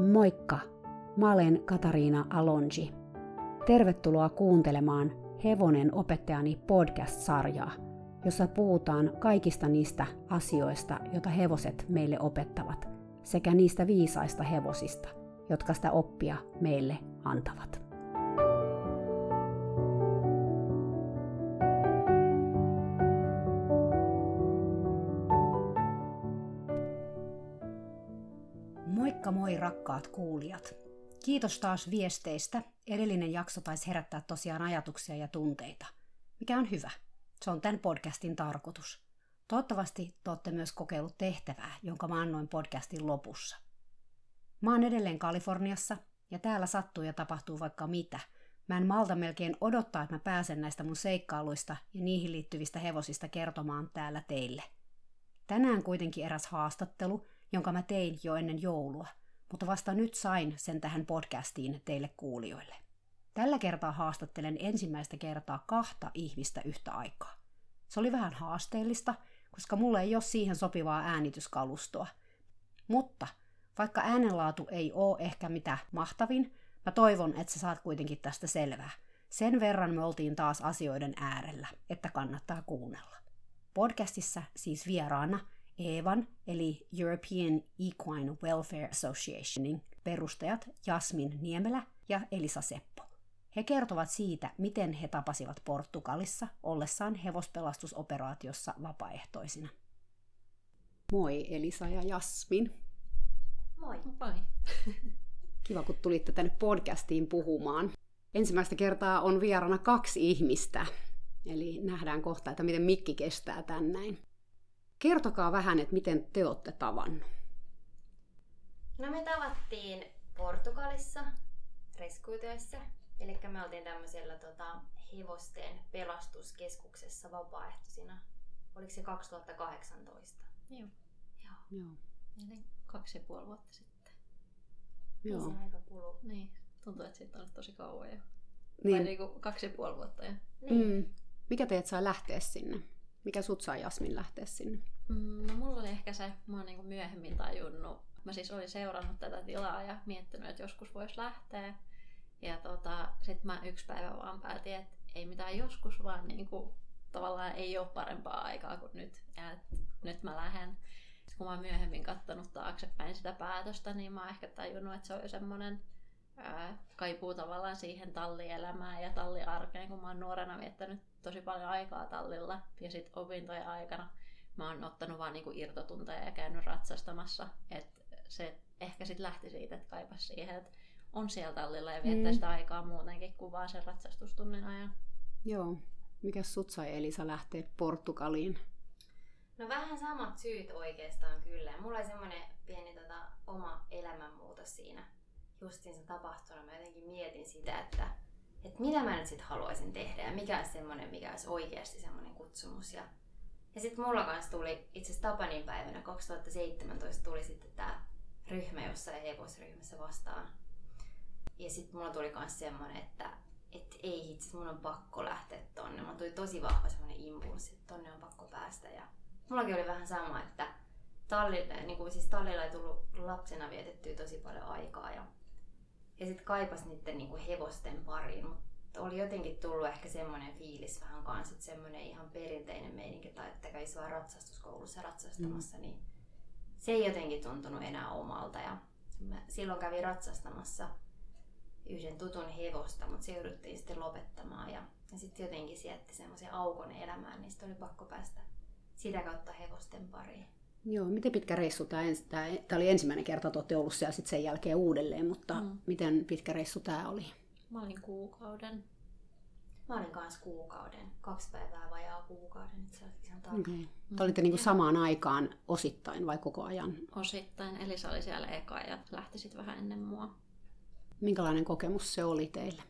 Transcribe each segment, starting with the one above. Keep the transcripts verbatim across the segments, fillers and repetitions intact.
Moikka! Mä olen Katariina Alonji. Tervetuloa kuuntelemaan Hevonen opettajani podcast-sarjaa, jossa puhutaan kaikista niistä asioista, joita hevoset meille opettavat, sekä niistä viisaista hevosista, jotka sitä oppia meille antavat. Moikka moi rakkaat kuulijat! Kiitos taas viesteistä. Edellinen jakso taisi herättää tosiaan ajatuksia ja tunteita, mikä on hyvä. Se on tämän podcastin tarkoitus. Toivottavasti te olette myös kokeillut tehtävää, jonka mä annoin podcastin lopussa. Mä oon edelleen Kaliforniassa ja täällä sattuu ja tapahtuu vaikka mitä. Mä en malta melkein odottaa, että mä pääsen näistä mun seikkailuista ja niihin liittyvistä hevosista kertomaan täällä teille. Tänään kuitenkin eräs haastattelu, jonka mä tein jo ennen joulua, mutta vasta nyt sain sen tähän podcastiin teille kuulijoille. Tällä kertaa haastattelen ensimmäistä kertaa kahta ihmistä yhtä aikaa. Se oli vähän haasteellista, koska mulla ei ole siihen sopivaa äänityskalustoa. Mutta vaikka äänenlaatu ei ole ehkä mitä mahtavin, mä toivon, että sä saat kuitenkin tästä selvää. Sen verran me oltiin taas asioiden äärellä, että kannattaa kuunnella. Podcastissa siis vieraana Eevan eli European Equine Welfare Associationin perustajat Jasmin Niemelä ja Elisa Seppo. He kertovat siitä, miten he tapasivat Portugalissa ollessaan hevospelastusoperaatiossa vapaaehtoisina. Moi Elisa ja Jasmin. Moi. Moi. Kiva, kun tulitte tänne podcastiin puhumaan. Ensimmäistä kertaa on vieraana kaksi ihmistä, eli nähdään kohta, että miten mikki kestää tän näin. Kertokaa vähän, että miten te olette tavannut. No me tavattiin Portugalissa reskuutyössä. Eli me oltiin tämmöisellä tota, hevosten pelastuskeskuksessa vapaaehtoisina. Oliko se kaksituhattakahdeksantoista? Joo. Joo. Joo. Eli kaksi ja puoli vuotta sitten. Joo. Niin se aika kuluu. Niin, tuntuu, että siitä on nyt tosi kauan jo. Niin. Tai niinku kaksi ja puoli vuotta jo. Niin. Mm. Mikä teet sai lähteä sinne? Mikä sut sai Jasmin lähteä sinne? Mm, no mulla oli ehkä se, mä oon niinku myöhemmin tajunnut. Mä siis olin seurannut tätä tilaa ja miettinyt, että joskus vois lähteä. Ja tota, sit mä yksi päivä vaan päätin, että ei mitään joskus, vaan niinku, tavallaan ei ole parempaa aikaa kuin nyt. Ja et nyt mä lähden. Sitten kun mä oon myöhemmin kattonut taaksepäin sitä päätöstä, niin mä oon ehkä tajunnut, että se on jo semmonen ää, kaipuu tavallaan siihen tallielämään ja talliarkeen, kun mä oon nuorena viettänyt tosi paljon aikaa tallilla. Ja sit opintojen aikana mä oon ottanut vaan niinku irtotunteja ja käynyt ratsastamassa. Et se ehkä sit lähti siitä, että kaipas siihen, että on siellä tallilla ja viettää mm. sitä aikaa muutenkin kuin vaan sen ratsastustunnin ajan. Joo. Mikäs sut sai Elisa lähteä Portugaliin? No vähän samat syyt oikeastaan kyllä. Mulla oli semmoinen pieni tota, oma elämänmuutos siinä justiinsa tapahtunut. Mä jotenkin mietin sitä, että, että mitä mä nyt sit haluaisin tehdä ja mikä olisi semmoinen, mikä olisi oikeasti semmoinen kutsumus. Ja, ja sitten mulla kanssa tuli itse asiassa Tapanin päivänä kaksituhattaseitsemäntoista tuli sitten tää ryhmä jossain hevosryhmässä vastaan. Ja sitten mulla tuli myös semmoinen, että et ei itse mun on pakko lähteä tonne. Mulla tuli tosi vahva semmoinen impulssi, että tonne on pakko päästä. Ja mullakin oli vähän sama, että tallilla, niin kuin siis tallilla ei tullut lapsena vietettyä tosi paljon aikaa. Ja, ja sitten kaipas niiden niin kuin hevosten pariin. Mutta oli jotenkin tullut ehkä semmoinen fiilis vähän kanssa, että semmoinen ihan perinteinen meininki, tai että kävisi vaan ratsastuskoulussa ratsastamassa, mm. niin se ei jotenkin tuntunut enää omalta. Ja mä silloin kävin ratsastamassa yhden tutun hevosta, mutta se jouduttiin sitten lopettamaan. Ja, ja sitten jotenkin sietti semmoisen aukon elämään, niin sitten oli pakko päästä sitä kautta hevosten pariin. Joo, miten pitkä reissu tämä, tämä, tämä oli ensimmäinen kerta, että olette ollut siellä sitten sen jälkeen uudelleen, mutta mm. miten pitkä reissu tämä oli? Mä olin kuukauden. Mä olin kanssa kuukauden, kaksi päivää vajaa kuukauden, itse asiassa ihan tarkkaan. Okay. Mm. Olitte niinku samaan aikaan osittain vai koko ajan? Osittain, Elisa oli siellä eka ja lähti sitten vähän ennen mua. Minkälainen kokemus se oli teille?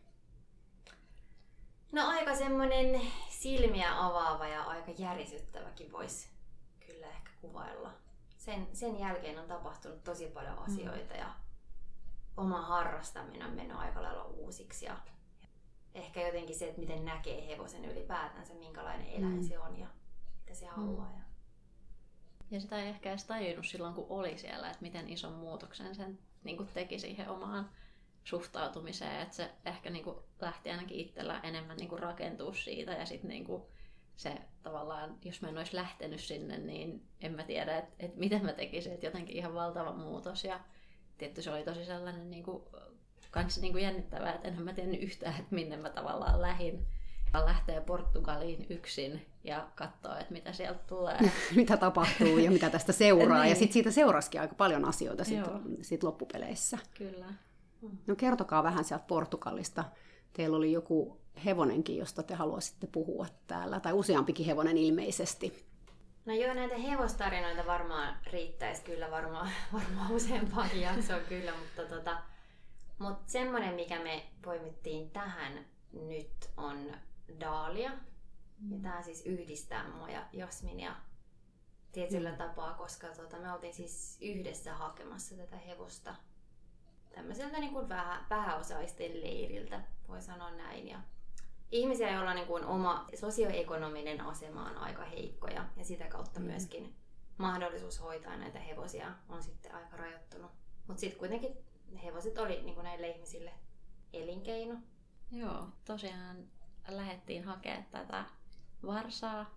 No aika semmoinen silmiä avaava ja aika järisyttäväkin voisi kyllä ehkä kuvailla. Sen, sen jälkeen on tapahtunut tosi paljon asioita mm. ja oma harrastaminen on mennyt aika lailla uusiksi. Ja ehkä jotenkin se, että miten näkee hevosen ylipäätänsä, minkälainen eläin mm. se on ja mitä se haluaa. Ja Ja sitä ei ehkä edes tajunnut silloin, kun oli siellä, että miten ison muutoksen sen niin kuin teki siihen omaan suhtautumiseen. Että se ehkä niin kuin lähti ainakin itsellä enemmän niin kuin rakentua siitä. Ja sitten niin kuin se tavallaan, jos mä en olisi lähtenyt sinne, niin en mä tiedä, että, että miten mä tekisin. Että jotenkin ihan valtava muutos. Ja tietty se oli tosi sellainen niin kuin, kanssa niin kuin jännittävää, että enhän mä tiennyt yhtään, että minne mä tavallaan lähdin. Lähtee Portugaliin yksin ja katsoo, että mitä sieltä tulee. Mitä tapahtuu ja mitä tästä seuraa. Niin. Ja sitten siitä seurasikin aika paljon asioita sit, sit loppupeleissä. Kyllä. Mm. No kertokaa vähän sieltä Portugalista. Teillä oli joku hevonenkin, josta te haluaisitte puhua täällä. Tai useampikin hevonen ilmeisesti. No joo, näitä hevostarinoita varmaan riittäisi kyllä varmaan, varmaan useampaakin jaksoa kyllä. Mutta tota, mut semmoinen, mikä me poimittiin tähän nyt on Dahlia. Ja tää siis yhdistää mua ja Jasminia tietyllä mm. tapaa, koska tota, me oltiin siis yhdessä hakemassa tätä hevosta tämmöiseltä niin kuin vähän, vähäosaisten leiriltä, voi sanoa näin. Ja ihmisiä, joilla niin kuin oma sosioekonominen asema on aika heikkoja ja sitä kautta mm. myöskin mahdollisuus hoitaa näitä hevosia on sitten aika rajoittunut. Mutta sitten kuitenkin hevoset oli niin kuin näille ihmisille elinkeino. Joo, tosiaan lähdettiin hakemaan tätä varsaa.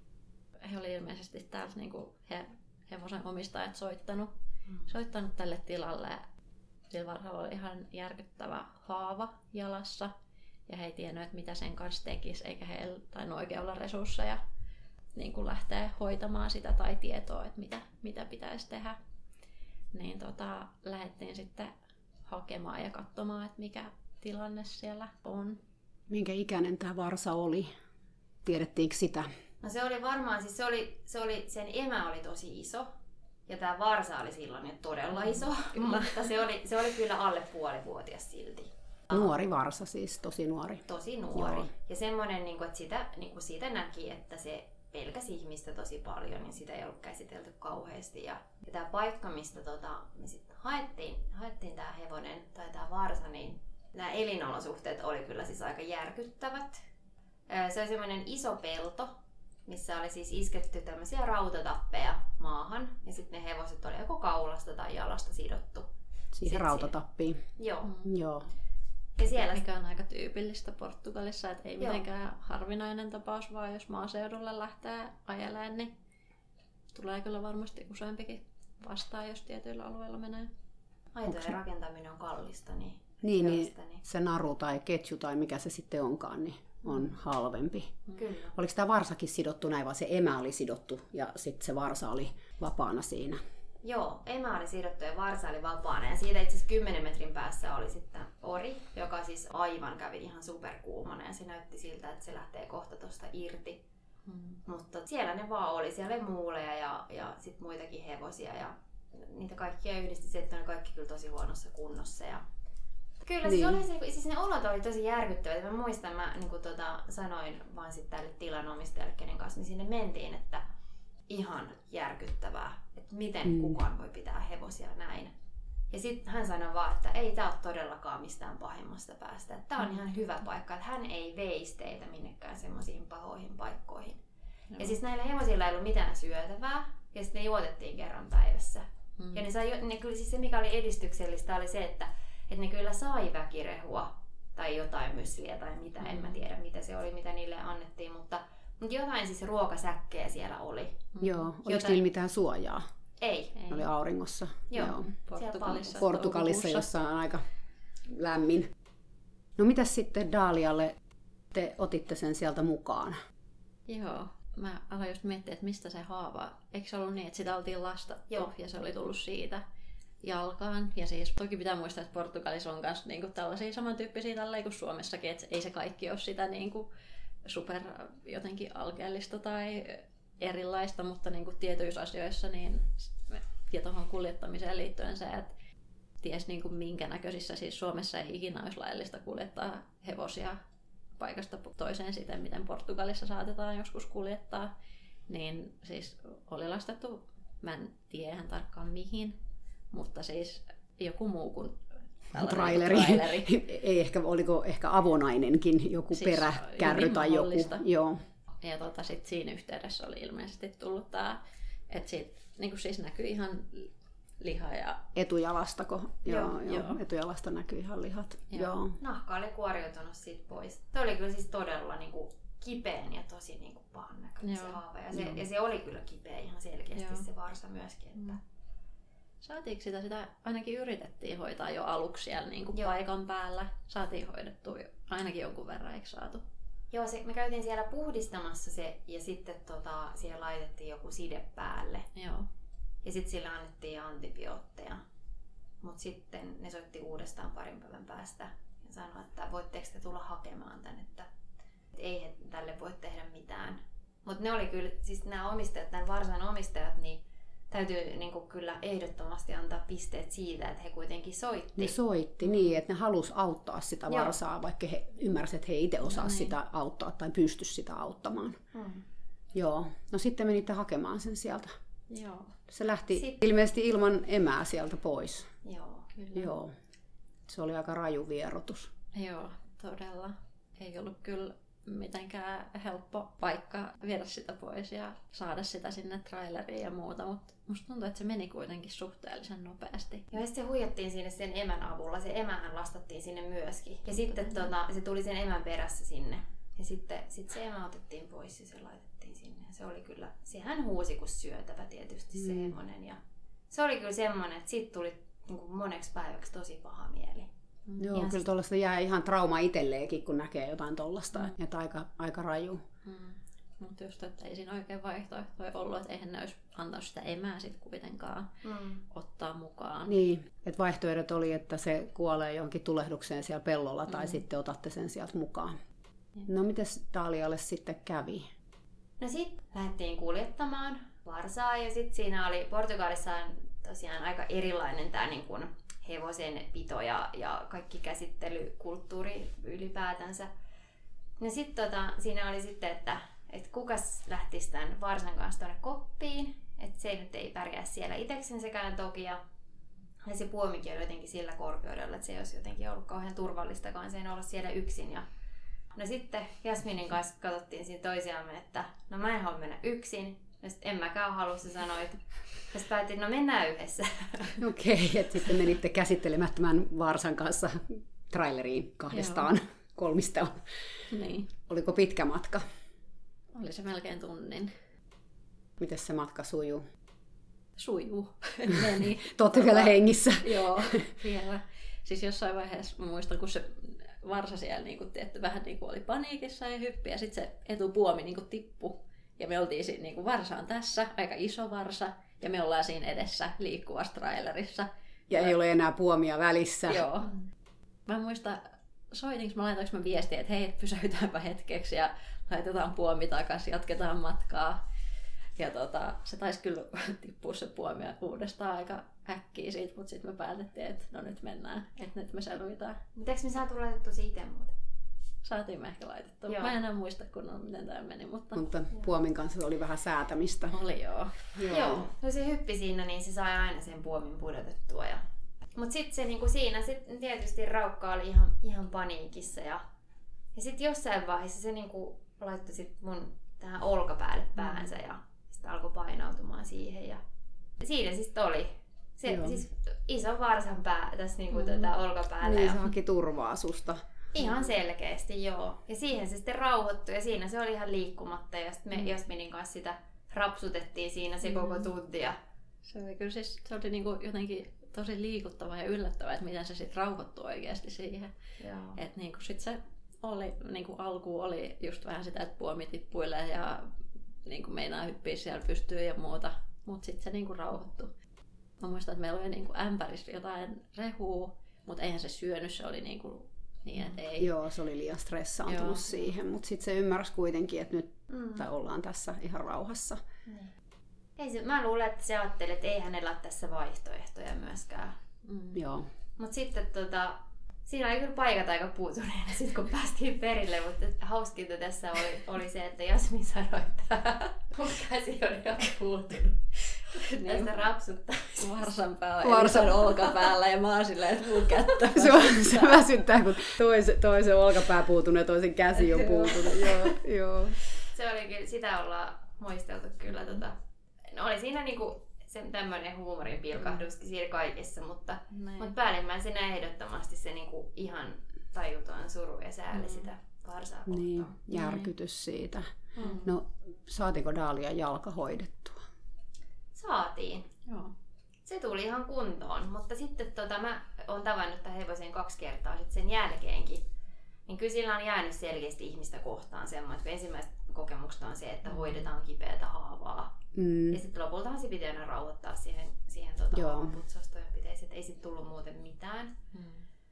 He oli ilmeisesti täältä niinku he, hevosen omistajat soittanut, mm. soittanut tälle tilalle. Sillä varsalla oli ihan järkyttävä haava jalassa ja he ei tiennyt, että mitä sen kanssa tekisi, eikä heillä tainnut oikein olla resursseja niin kuin lähteä hoitamaan sitä tai tietoa, että mitä, mitä pitäisi tehdä. Niin tota, lähdettiin sitten hakemaan ja katsomaan, että mikä tilanne siellä on. Minkä ikäinen tämä varsa oli? Tiedettiinkö sitä? No se oli varmaan, siis se oli, se oli, sen emä oli tosi iso ja tämä varsa oli silloin jo todella iso, mm, mutta se oli, se oli kyllä alle puolivuotias silti. Nuori varsa siis, tosi nuori. Tosi nuori. Joo. Ja semmoinen, niin kuin, että sitä, niin kuin siitä näki, että se pelkäsi ihmistä tosi paljon, niin sitä ei ollut käsitelty kauheasti. Ja, ja tämä paikka, mistä tota, me sitten haettiin, haettiin tämä hevonen tai tämä varsa, niin nämä elinolosuhteet oli kyllä siis aika järkyttävät. Se oli semmoinen iso pelto, missä oli siis isketty tämmöisiä rautatappeja maahan. Ja sitten ne hevoset oli joko kaulasta tai jalasta sidottu. Siihen rautatappiin. Joo. Mm. Joo. Ja siellä... Mikä on aika tyypillistä Portugalissa, että ei Joo. mitenkään harvinainen tapaus, vaan jos maaseudulle lähtee ajelemaan, niin tulee kyllä varmasti useampikin vastaan, jos tietyillä alueilla menee. Aitojen rakentaminen on kallista, niin, niin, niin se naru tai ketju tai mikä se sitten onkaan, niin on halvempi. Kyllä. Oliko tämä varsakin sidottu näin, vaan se emä oli sidottu ja sitten se varsa oli vapaana siinä? Joo, emä oli sidottu ja varsa oli vapaana. Ja siitä itse asiassa kymmenen metrin päässä oli sitten ori, joka siis aivan kävi ihan superkuumana. Ja se näytti siltä, että se lähtee kohta tuosta irti. Hmm. Mutta siellä ne vaan oli. Siellä oli muuleja ja, ja sit muitakin hevosia. Ja niitä kaikkia yhdisti se, että ne kaikki kyllä tosi huonossa kunnossa. Ja kyllä, niin. siis, oli, siis ne olot oli tosi järkyttävät. Mä muistan, mä niin kuin tota, sanoin vaan sitten tälle tilanomistajalle, kenen kanssa me sinne mentiin, että ihan järkyttävää, että miten mm. kukaan voi pitää hevosia näin. Ja sitten hän sanoi vaan, että ei tää ole todellakaan mistään pahimmasta päästä. Että tää on ihan hyvä paikka, että hän ei veisi teitä minnekään semmoisiin pahoihin paikkoihin. No. Ja siis näillä hevosilla ei ollut mitään syötävää, ja sitten ne juotettiin kerran päivässä. Mm. Ja ne sai, ne kyllä, siis se mikä oli edistyksellistä oli se, että, että ne kyllä sai väkirehua tai jotain mysliä tai mitä, mm. en mä tiedä mitä se oli, mitä niille annettiin, mutta Mutta jotain siis ruokasäkkejä siellä oli. Joo, oliko jotain... niillä mitään suojaa? Ei. Ne oli auringossa. Joo, Joo. Portugalissa. Portugalissa, jossa on aika lämmin. No mitäs sitten Dahlialle te otitte sen sieltä mukaan? Joo, mä aloin just miettiä, että mistä se haava. Eikö se ollut niin, että sitä oltiin lastattu Joo. ja se oli tullut siitä jalkaan. Ja siis toki pitää muistaa, että Portugalissa on myös niinku tällaisia samantyyppisiä tälleen kuin Suomessakin, että ei se kaikki ole sitä niinku super jotenkin alkeellista tai erilaista, mutta niin kuin tietyissä asioissa niin, ja tuohon kuljettamiseen liittyen se, että ties niin kuin minkä näköisissä, siis Suomessa ei ikinä olisi laillista kuljettaa hevosia paikasta toiseen siten, miten Portugalissa saatetaan joskus kuljettaa, niin siis oli lastettu, mä en tiedä ihan tarkkaan mihin, mutta siis joku muu kuin Traileri. traileri. Ei ehkä, oliko ehkä avonainenkin joku siis peräkärry tai joku. Joo. Ja tota, sit siinä yhteydessä oli ilmeisesti tullut tämä Että siitä niin siis näkyy ihan liha ja... Etujalastako? Joo, Joo, joo. joo. Etujalasta näkyy ihan lihat. Joo. Joo. Nahka oli kuoriutunut siitä pois. Tuo oli kyllä siis todella niinku kipeän ja tosi niinku pahan näköinen se Joo. haava. Ja se, Joo. ja se oli kyllä kipeä ihan selkeästi Joo. se varsa myöskin. Että... Mm. Saatiinko sitä, sitä ainakin yritettiin hoitaa jo aluksi siellä niin kuin Joo. paikan päällä? Saatiin hoidettua jo, ainakin jonkun verran, eikö saatu? Joo, se, me käytiin siellä puhdistamassa se ja sitten tota, siellä laitettiin joku side päälle. Joo. Ja sitten sillä annettiin antibiootteja. Mutta sitten ne soitti uudestaan parin päivän päästä ja sanoi, että voitteko te tulla hakemaan tän, että, että ei he tälle voi tehdä mitään. Mutta ne oli kyllä, siis nämä omistajat, tämän varsan omistajat, niin täytyy niinku kyllä ehdottomasti antaa pisteet siitä, että he kuitenkin soitti. Ne soitti niin, että ne halusi auttaa sitä Joo. varsaa, vaikka he ymmärsivät, että he itse osaa No niin. sitä auttaa tai pysty sitä auttamaan. Mm. Joo. No sitten menitte hakemaan sen sieltä. Joo, Se lähti Sitten- ilmeisesti ilman emää sieltä pois. Joo. kyllä. Joo. Se oli aika raju vierotus. Joo, todella. Ei ollut kyllä mitenkään helppo paikka viedä sitä pois ja saada sitä sinne traileriin ja muuta, mutta musta tuntuu, että se meni kuitenkin suhteellisen nopeasti. Ja sitten se huijattiin sinne sen emän avulla. Se emähän lastattiin sinne myöskin. Ja sitten tota, se tuli sen emän perässä sinne. Ja sitten sit se emä otettiin pois ja se laitettiin sinne. Ja se oli kyllä, sehän huusi kuin syötävä tietysti Mm. semmonen. Ja se oli kyllä semmonen, että siitä tuli niin kuin moneksi päiväksi tosi paha mieli. Joo, Ihan kyllä sit- tuollaista jää ihan trauma itselleenkin, kun näkee jotain tollasta. Mm. Että aika, aika raju. Mm. Mutta just, että ei siinä oikein vaihtoehtoja ollut, että eihän ne olisi antanut sitä emää sit kuitenkaan Mm. ottaa mukaan. Niin, että vaihtoehdot oli, että se kuolee johonkin tulehdukseen siellä pellolla tai Mm. sitten otatte sen sieltä mukaan. No mites Dalialle sitten kävi? No sit lähdettiin kuljettamaan varsaa ja sit siinä oli Portugalissa on tosiaan aika erilainen tää niin kun hevosen pito ja, ja kaikki käsittelykulttuuri ylipäätänsä. No sit tota, siinä oli sitten, että et kukas lähtisi tämän varsan kanssa tonne koppiin, että se nyt ei pärjää siellä itseksensäkään toki ja, ja se puomikin oli jotenkin sillä korkeudella, että se ei olisi jotenkin ollut kauhean turvallistakaan sen olla siellä yksin. Ja no sitten Jasminin kanssa katsottiin siinä toisiamme, että no mä en halua mennä yksin. No sit en mäkään halua, sä sanoit. Ja sit päätin, no mennään yhdessä. Okei, että sitten menitte käsittelemättömän varsan kanssa traileriin kahdestaan kolmistella. Niin. Oliko pitkä matka? Oli se melkein tunnin. Miten se matka sujuu? Sujuu. Meni. Te olette vielä hengissä. Joo, vielä. Siis jossain vaiheessa mä muistan, kun se varsa siellä niin kuin, tietty, vähän niin kuin oli paniikissa ja hyppi ja sitten se etupuomi niin kuin tippui. Ja me oltiin siinä, niin kuin varsa on tässä, aika iso varsa, ja me ollaan siinä edessä liikkuvassa trailerissa. Ja ei ole enää puomia välissä. Joo. Mä muistan, soitinko mä laitoinko mä viestiä, että hei, pysäytäänpä hetkeksi ja laitetaan puomi takaisin, jatketaan matkaa. Ja tota, se taisi kyllä tippua se puomi uudestaan aika äkkiä siitä, mutta sitten me päätettiin, että no nyt mennään, että nyt me selvitään. Mitäks me saatu laitettua se ite muuten? Saatiin me ehkä laitettua. Joo. Mä en enää muista kunnolla, miten tämä meni, mutta Mutta puomin kanssa oli vähän säätämistä. oli joo. Joo. Joo. No se hyppi siinä, niin se sai aina sen puomin pudotettua. Ja... Mut sit se niinku siinä sit tietysti Raukka oli ihan, ihan paniikissa. Ja, ja sit jossain vaiheessa se niinku laittoi sit mun tähän olkapäälle päänsä ja sitten alkoi painautumaan siihen. Ja siinä siis oli. Se, Joo. siis iso varsan pää tässä niinku Mm. tätä olkapäällä. Niin ja... se haki turvaa susta. Ihan selkeästi, joo. Ja siihen se sitten rauhoittui ja siinä se oli ihan liikkumatta ja sitten me Mm. Jasminin kanssa sitä rapsutettiin siinä se Mm. koko tunti. Ja... Se oli kyllä siis, se oli niinku jotenkin tosi liikuttava ja yllättävää, että miten se sitten rauhoittui oikeasti siihen. Joo. Että niinku sit se oli, niinku alku oli just vähän sitä, että puomi tippuilee ja niinku meinaa hyppiä siellä pystyyn ja muuta. Mutta sitten se niinku rauhoittui. Mä muistan, että meillä oli niinku ämpärissä jotain rehua, mutta eihän se syönyt, se oli niinku niin, että ei. Joo, se oli liian stressaantunut Joo. siihen, mutta sitten se ymmärsi kuitenkin, että nyt Mm. tai ollaan tässä ihan rauhassa. Niin. Ei se, mä luulen, että se ajatteli, että ei hänellä ole tässä vaihtoehtoja myöskään. Mm. Joo. Mut sitten tota, siinä oli kyllä paikat aika puutuneena sit kun päästiin perille, mutta hauskinta tässä oli, oli se, että Jasmin sanoi, että mun käsi oli ihan puutunut tästä rapsuttamisesta. Varsan pää on Varsan- Elisan olkapäällä ja mä oon silleen, että mun kättä Se, on- se väsyttää, kun toisen, toisen olkapää puutunut ja toisen käsi on puutunut. Joo, joo. Se oli kyllä, sitä ollaan muisteltu kyllä tota, no oli siinä niinku se tämmöinen huumorin pilkahduskin siinä kaikessa, mutta, Näin. mutta päällimmäisenä ehdottomasti se niinku ihan tajuton suru ja sääli mm. sitä varsaa kohtaan. Niin, järkytys siitä. Mm. No, saatiko Dalian jalka hoidettua? Saatiin. Joo. Se tuli ihan kuntoon, mutta sitten tota, mä oon tavannut tämän hevosen kaksi kertaa sit sen jälkeenkin. Niin kyllä sillä on jäänyt selkeästi ihmistä kohtaan semmoinen, että ensimmäiset kokemukset on se, että hoidetaan kipeätä haavaa. Mm. Ja sitten lopultahan se pitää aina rauhoittaa siihen, siihen tota, putsaustoimenpiteeseen, että ei sitten tullut muuten mitään. Mm.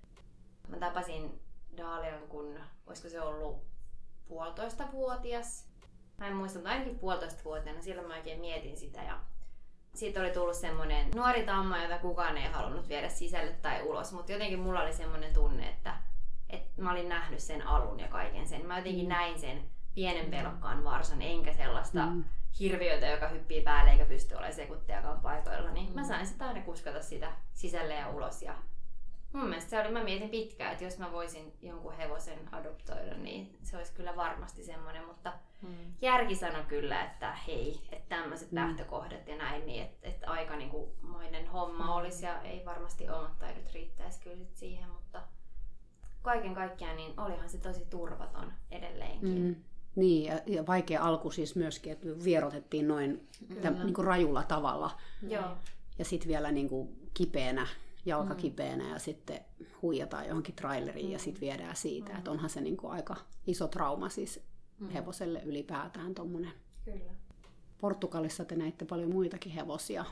Mä tapasin Dalian, kun olisiko se ollut puolitoista vuotias. Mä en muista, mutta ainakin puolitoista vuotiaana, silloin mä oikein mietin sitä. Ja siitä oli tullut semmoinen nuori tamma, jota kukaan ei halunnut viedä sisälle tai ulos, mutta jotenkin mulla oli semmoinen tunne, että, että mä olin nähnyt sen alun ja kaiken sen. Mä jotenkin näin sen pienen pelokkaan varsan, enkä sellaista mm. hirviötä, joka hyppii päälle eikä pysty olemaan sekuntiakaan paikoilla. Niin mm. mä sain sitä aina kuskata sitä sisälle ja ulos. Ja mun mielestä se oli, mä mietin pitkään, että jos mä voisin jonkun hevosen adoptoida, niin se olisi kyllä varmasti semmoinen, mutta mm. järki sanoi kyllä, että hei, että tämmöiset mm. lähtökohdat ja näin, niin että, että aika niinku moinen homma mm. olisi ja ei varmasti omat taidot riittäisi kyllä sit siihen, mutta kaiken kaikkiaan niin olihan se tosi turvaton edelleenkin. Mm. Niin, ja, ja vaikea alku siis myöskin, että vierotettiin noin täm, niin kuin rajulla tavalla. Joo. Ja sitten vielä niin kuin kipeänä, jalka kipeänä ja sitten huijataan johonkin traileriin mm. ja sitten viedään siitä. Mm. Että onhan se niin kuin aika iso trauma siis mm. hevoselle ylipäätään tommonen. Kyllä. Portugalissa te näitte paljon muitakin hevosia.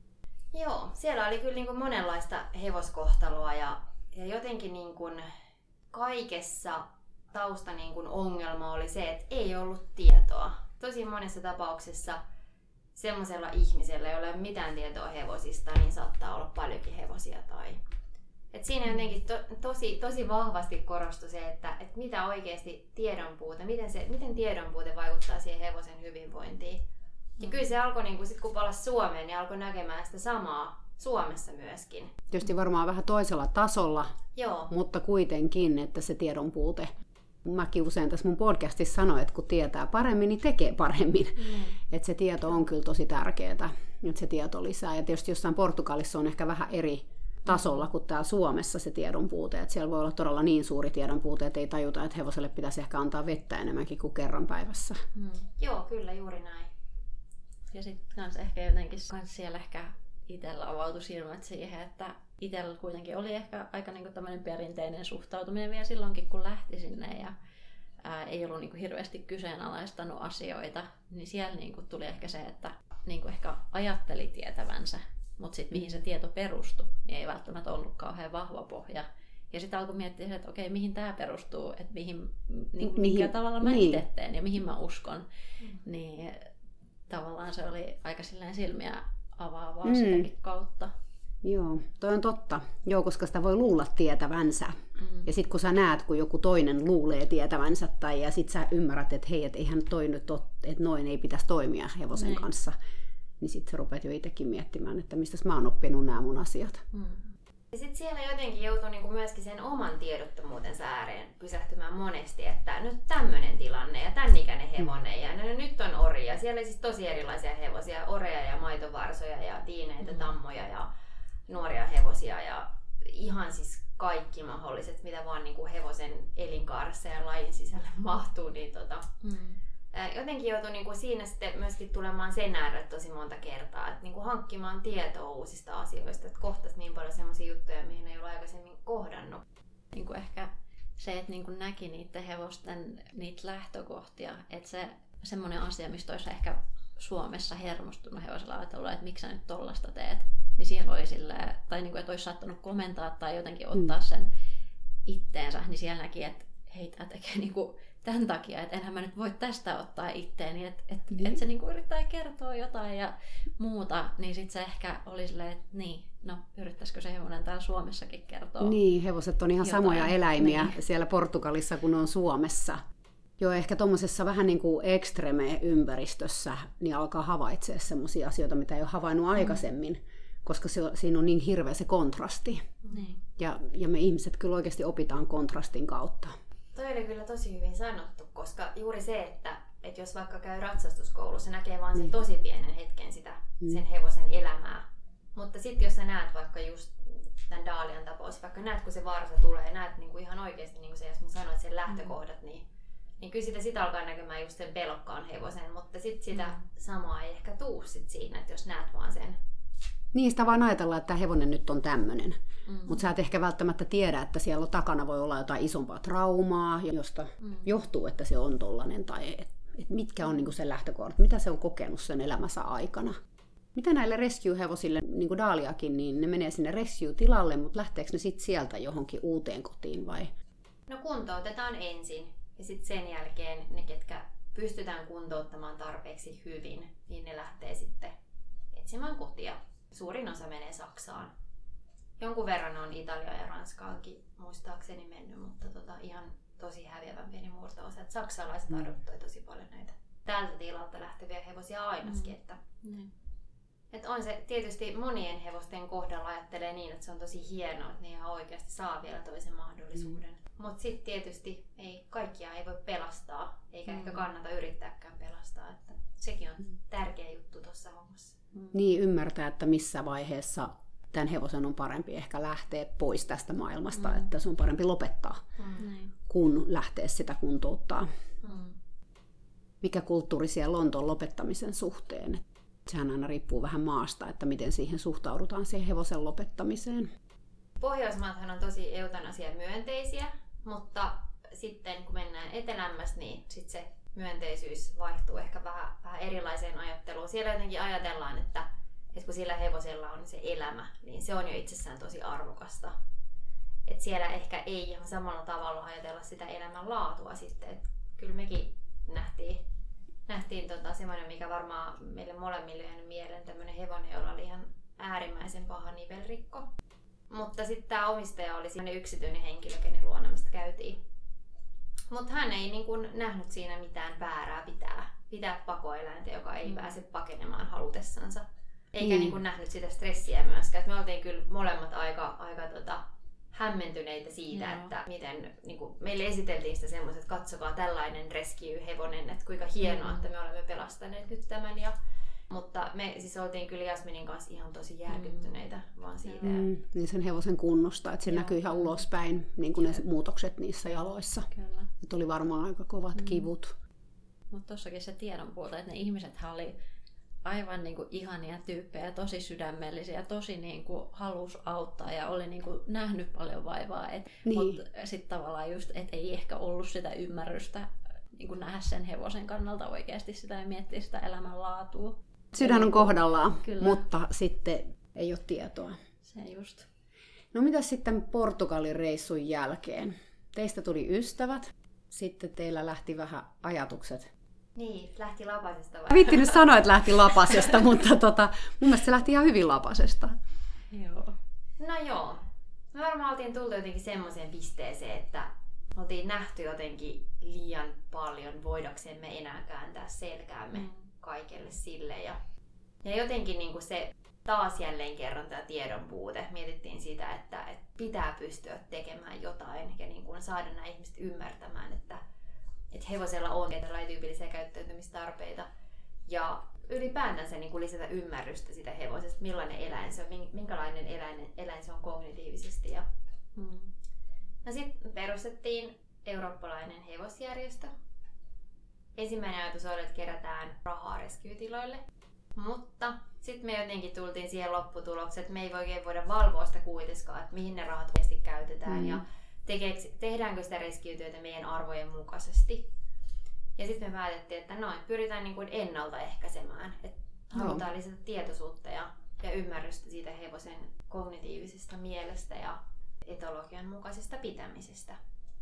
Joo, siellä oli kyllä niin kuin monenlaista hevoskohtaloa ja, ja jotenkin niin kuin kaikessa tausta niin kuin ongelma oli se, että ei ollut tietoa. Tosi monessa tapauksessa semmoisella ihmisellä, jolla ei ole mitään tietoa hevosista, niin saattaa olla paljonkin hevosia. Tai... Et siinä jotenkin to, tosi, tosi vahvasti korostui se, että, että mitä oikeasti tiedonpuute, miten, se, miten tiedonpuute vaikuttaa siihen hevosen hyvinvointiin. Ja kyllä se alkoi, niin kun, sit kun palasi Suomeen, niin alkoi näkemään sitä samaa Suomessa myöskin. Tietysti varmaan vähän toisella tasolla, Joo. mutta kuitenkin, että se tiedonpuute. Mäkin usein tässä mun podcastissa sanoin, että kun tietää paremmin, niin tekee paremmin. Mm. Että se tieto on kyllä tosi tärkeää, että se tieto lisää. Ja tietysti jossain Portugalissa on ehkä vähän eri tasolla kuin täällä Suomessa se tiedonpuute. Että siellä voi olla todella niin suuri tiedonpuute, että ei tajuta, että hevoselle pitäisi ehkä antaa vettä enemmänkin kuin kerran päivässä. Mm. Joo, kyllä juuri näin. Ja sitten kans ehkä jotenkin kans siellä ehkä itsellä avautui silmät siihen, että itsellä kuitenkin oli ehkä aika niinku tämmöinen perinteinen suhtautuminen vielä silloinkin, kun lähti sinne ja ää, ei ollut niinku hirveästi kyseenalaistanut asioita, niin siellä niinku tuli ehkä se, että niinku ehkä ajatteli tietävänsä, mutta sitten mihin se tieto perustui, niin ei välttämättä ollut kauhean vahva pohja. Ja sitten alkoi miettiä, että okei, mihin tämä perustuu, että mihin, niin, mihin mikä tavalla mä niin. itse teen ja mihin mä uskon. Mm. Niin tavallaan se oli aika silleen silmiä avaavaa mm. sitäkin kautta. Joo, toi on totta. Joo, koska sitä voi luulla tietävänsä. Mm. Ja sitten kun sä näet, kun joku toinen luulee tietävänsä, tai ja sit sä ymmärrät, että hei, et eihän toi nyt ole, että noin ei pitäisi toimia hevosen Nein. kanssa, niin sit sä rupeat jo itsekin miettimään, että mistä mä oon oppinut nämä mun asiat. Mm. Ja sitten siellä jotenkin joutui niinku myöskin sen oman tiedottomuutensa ääreen pysähtymään monesti, että nyt tämmöinen tilanne ja tämän ikäinen hevonen ja no, nyt on orja. Siellä oli siis tosi erilaisia hevosia, oreja ja maitovarsoja ja tiineitä, mm. tammoja ja nuoria hevosia ja ihan siis kaikki mahdolliset, mitä vaan niinku hevosen elinkaaressa ja lajin sisälle mahtuu. Niin tota, mm. jotenkin joutui niinku siinä sitten myöskin tulemaan sen äärelle tosi monta kertaa, että niinku hankkimaan tietoa uusista asioista, että kohtasi niin paljon semmoisia juttuja, mihin ei ole aikaisemmin kohdannut. Niinku ehkä se, että niinku näki niiden hevosten niitä lähtökohtia, että se semmoinen asia, mistä olisi ehkä Suomessa hermostunut hevosella ajatella, että miksi sä nyt tollasta teet, niin siellä oli silleen, tai niinku, että olisi saattanut komentaa tai jotenkin ottaa sen itteensä, niin siellä näki, että hei, tää tekee niinku tämän takia, että enhän mä nyt voi tästä ottaa itteeni, että et, mm. et se niinku yrittää kertoa jotain ja muuta, niin sit se ehkä oli silleen, että niin, no yrittäisikö se hevonen täällä Suomessakin kertoa. Niin, hevoset on ihan jotain. Samoja eläimiä niin. Siellä Portugalissa kuin on Suomessa. Joo, ehkä tuommoisessa vähän niin kuin ekstreme-ympäristössä niin alkaa havaitsemaan semmoisia asioita, mitä ei ole havainnut mm. aikaisemmin, koska se, siinä on niin hirveä se kontrasti. Mm. Ja, ja me ihmiset kyllä oikeasti opitaan kontrastin kautta. Toi oli kyllä tosi hyvin sanottu, koska juuri se, että että jos vaikka käy ratsastuskoulussa, näkee vaan sen Niin. tosi pienen hetken sitä, Mm. sen hevosen elämää. Mutta sitten jos sä näet vaikka just tämän Dalian tapaus, vaikka näet kun se varsa tulee ja näet niinku ihan oikeasti, niin kuin se Jasmin sanoi, että sen lähtökohdat, niin, niin kyllä sitä sit alkaa näkemään just sen pelokkaan hevosen, mutta sitten sitä Mm. samaa ei ehkä tuu sit siinä, että jos näet vaan sen. Niin, sitä vaan ajatellaan, että tämä hevonen nyt on tämmöinen. Mm. Mutta sä et ehkä välttämättä tiedä, että siellä takana voi olla jotain isompaa traumaa, josta Mm. johtuu, että se on tollainen, tai et, et mitkä on niinku sen lähtökohdat, mitä se on kokenut sen elämänsä aikana. Mitä näille rescue-hevosille, niin kuin Daliakin, niin ne menee sinne rescue-tilalle, mutta lähteekö ne sitten sieltä johonkin uuteen kotiin vai? No kuntoutetaan ensin ja sitten sen jälkeen ne, ketkä pystytään kuntouttamaan tarpeeksi hyvin, niin ne lähtee sitten etsimään kotia. Suurin osa menee Saksaan. Jonkun verran on Italia ja Ranskaankin muistaakseni mennyt, mutta tota, ihan tosi häviävän pieni murto-osa. Et saksalaiset Mm. adoptoi tosi paljon näitä tältä tilalta lähteviä hevosia ainakin. Mm. Että, Niin. et on se tietysti monien hevosten kohdalla ajattelee niin, että se on tosi hienoa, että ne ihan oikeasti saa vielä toisen mahdollisuuden. Mm. Mutta sitten tietysti ei, kaikkia ei voi pelastaa, eikä Mm. ehkä kannata yrittääkään pelastaa. Että sekin on Mm. tärkeä juttu tuossa hommassa. Mm. Niin ymmärtää, että missä vaiheessa tämän hevosen on parempi ehkä lähteä pois tästä maailmasta, Mm. että se on parempi lopettaa, Mm. Niin. kun lähteä sitä kuntouttaa. Mm. Mikä kulttuuri siellä on tuon lopettamisen suhteen? Sehän aina riippuu vähän maasta, että miten siihen suhtaudutaan siihen hevosen lopettamiseen. Pohjoismaathan on tosi eutanasia myönteisiä, mutta sitten kun mennään etelämmässä, niin sit se myönteisyys vaihtuu ehkä vähän, vähän erilaiseen ajatteluun. Siellä jotenkin ajatellaan, että, että kun sillä hevosella on se elämä, niin se on jo itsessään tosi arvokasta. Et siellä ehkä ei ihan samalla tavalla ajatella sitä elämänlaatua sitten. Et kyllä mekin nähtiin, nähtiin tota semmoinen, mikä varmaan meille molemmille jäänyt mieleen, tämmöinen hevonen, jolla oli ihan äärimmäisen paha nivelrikko. Mutta sitten tämä omistaja oli sellainen yksityinen henkilö, kenen luona mistä käytiin. Mutta hän ei niin kun nähnyt siinä mitään väärää pitää, pitää pakoeläintä, joka ei Mm. pääse pakenemaan halutessansa. Eikä Mm. niin kun nähnyt sitä stressiä myöskään. Et me oltiin kyllä molemmat aika, aika tota, hämmentyneitä siitä, Joo. että miten niin kun meille esiteltiin sitä semmoiset, että katsokaa tällainen rescue-hevonen, että kuinka hienoa, Mm. että me olemme pelastaneet nyt tämän. Ja, mutta me siis oltiin kyllä Jasminin kanssa ihan tosi järkyttyneitä mm. vaan siitä. Mm, niin sen hevosen kunnosta, että se Joo. näkyy ihan ulospäin, niin kuin ne muutokset niissä jaloissa. Kyllä. Että oli varmaan aika kovat Mm. kivut. Mutta tossakin se tiedon puolta, että ne ihmisethän oli aivan niinku ihania tyyppejä, tosi sydämellisiä, tosi niinku halus auttaa ja oli niinku nähnyt paljon vaivaa. Niin. Mutta sitten tavallaan just, että ei ehkä ollut sitä ymmärrystä niinku nähdä sen hevosen kannalta oikeasti sitä ja miettiä sitä elämänlaatua. Sydän on kohdallaan, Kyllä. mutta sitten ei ole tietoa. Se just. No mitä sitten Portugalin reissun jälkeen? Teistä tuli ystävät, sitten teillä lähti vähän ajatukset. Niin, lähti lapasesta vai? Mä vittin nyt sanoa, että lähti lapasesta, mutta tota, mun mielestä se lähti ihan hyvin lapasesta. Joo. No joo. Me varmaan oltiin tultu jotenkin semmoiseen pisteeseen, että oltiin nähty jotenkin liian paljon voidaksemme enää kääntää selkäämme Mm. kaikelle sille. Ja, ja jotenkin niin kuin se taas jälleen kerran tämä tiedon puute. Mietittiin sitä, että, että pitää pystyä tekemään jotain ja niin kuin saada nämä ihmiset ymmärtämään, että, että hevosella on tällaisia tyypillisiä käyttäytymistarpeita. Ja ylipäätänsä niin kuin lisätä ymmärrystä sitä hevosesta, millainen eläin se on, minkälainen eläin, eläin se on kognitiivisesti. Ja Mm. no sitten perustettiin eurooppalainen hevosjärjestö. Ensimmäinen ajatus oli, että kerätään rahaa rescue-tiloille. Mutta sitten me jotenkin tultiin siihen lopputulokseen, että me ei oikein voida valvoa sitä kuitenkaan, että mihin ne rahat oikeasti käytetään. Mm. Ja tekeekö, tehdäänkö sitä rescue-työtä meidän arvojen mukaisesti. Ja sitten me päätettiin, että no, pyritään niin kuin ennaltaehkäisemään. Että halutaan lisätä tietoisuutta ja, ja ymmärrystä siitä hevosen kognitiivisesta mielestä ja etologian mukaisesta pitämisestä.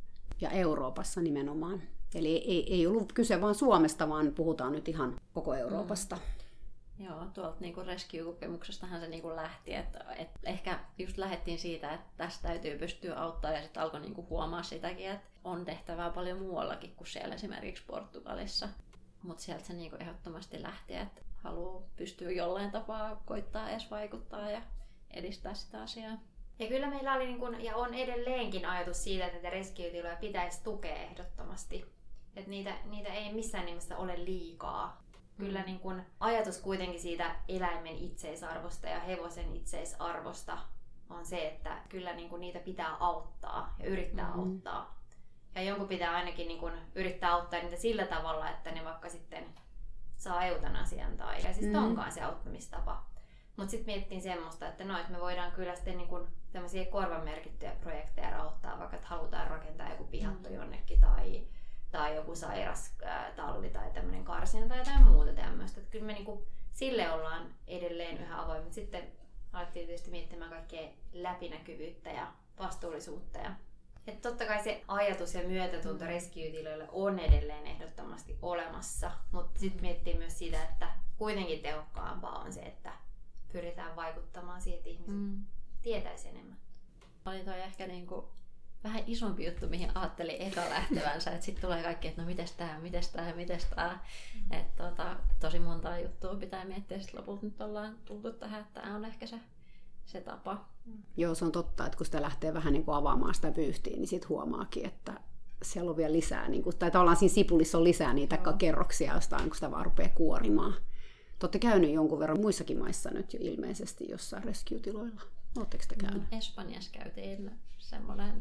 Ja Euroopassa nimenomaan. Eli ei, ei ollut kyse vain Suomesta, vaan puhutaan nyt ihan koko Euroopasta. Mm. Joo, tuolta niinku rescue-kokemuksestahan se niinku lähti, että et ehkä just lähdettiin siitä, että tästä täytyy pystyä auttamaan ja sitten alkoi niinku huomaa sitäkin, että on tehtävää paljon muuallakin kuin siellä esimerkiksi Portugalissa. Mutta sieltä se niinku ehdottomasti lähti, että haluaa pystyä jollain tapaa koittaa edes vaikuttaa ja edistää sitä asiaa. Ja kyllä meillä oli niin kun, ja on edelleenkin ajatus siitä, että näitä rescue-tiloja pitäisi tukea ehdottomasti. Että niitä, niitä ei missään nimessä ole liikaa. Kyllä niin kun ajatus kuitenkin siitä eläimen itseisarvosta ja hevosen itseisarvosta on se, että kyllä niin kun niitä pitää auttaa ja yrittää mm-hmm. auttaa. Ja jonkun pitää ainakin niin kun yrittää auttaa niitä sillä tavalla, että ne vaikka sitten saa eutanasian tai ja siis mm-hmm. onkaan se auttamistapa. Mutta sitten miettiin semmoista, että no, että me voidaan kyllä sitten niin kun tämmöisiä korvamerkittyjä projekteja rahoittaa, vaikka että halutaan rakentaa joku pihatto jonnekin tai tai joku sairas ää, talli tai tämmöinen karsina tai jotain muuta tämmöistä. Että kyllä me niinku sille ollaan edelleen yhä avoimet. Sitten alettiin tietysti miettimään kaikkea läpinäkyvyyttä ja vastuullisuutta. Ja, että totta kai se ajatus ja myötätunto rescue-tiloille on edelleen ehdottomasti olemassa, mutta sitten miettii myös sitä, että kuitenkin tehokkaampaa on se, että pyritään vaikuttamaan siihen, että ihmiset mm. tietäisi enemmän. Oli toi ehkä niinku vähän isompi juttu, mihin ajattelin eka lähtevänsä, että sitten tulee kaikki, että no mites tää, mites tää, mites tää. Mm. Että tota, tosi montaa juttua pitää miettiä, sitten lopulta nyt ollaan tultu tähän, että tää on ehkä se, se tapa. Mm. Joo, se on totta, että kun sitä lähtee vähän niin kuin avaamaan sitä vyyhtiä, niin sitten huomaakin, että siellä on vielä lisää, niin kuin, tai tavallaan siinä sipulissa on lisää niitä Joo. kerroksia, jostain kun sitä vaan rupeaa kuorimaan. Te olette käynyt jonkun verran muissakin maissa nyt jo ilmeisesti jossain rescue-tiloilla. Oletteko te käynyt? No, Espanjassa käytiin semmoinen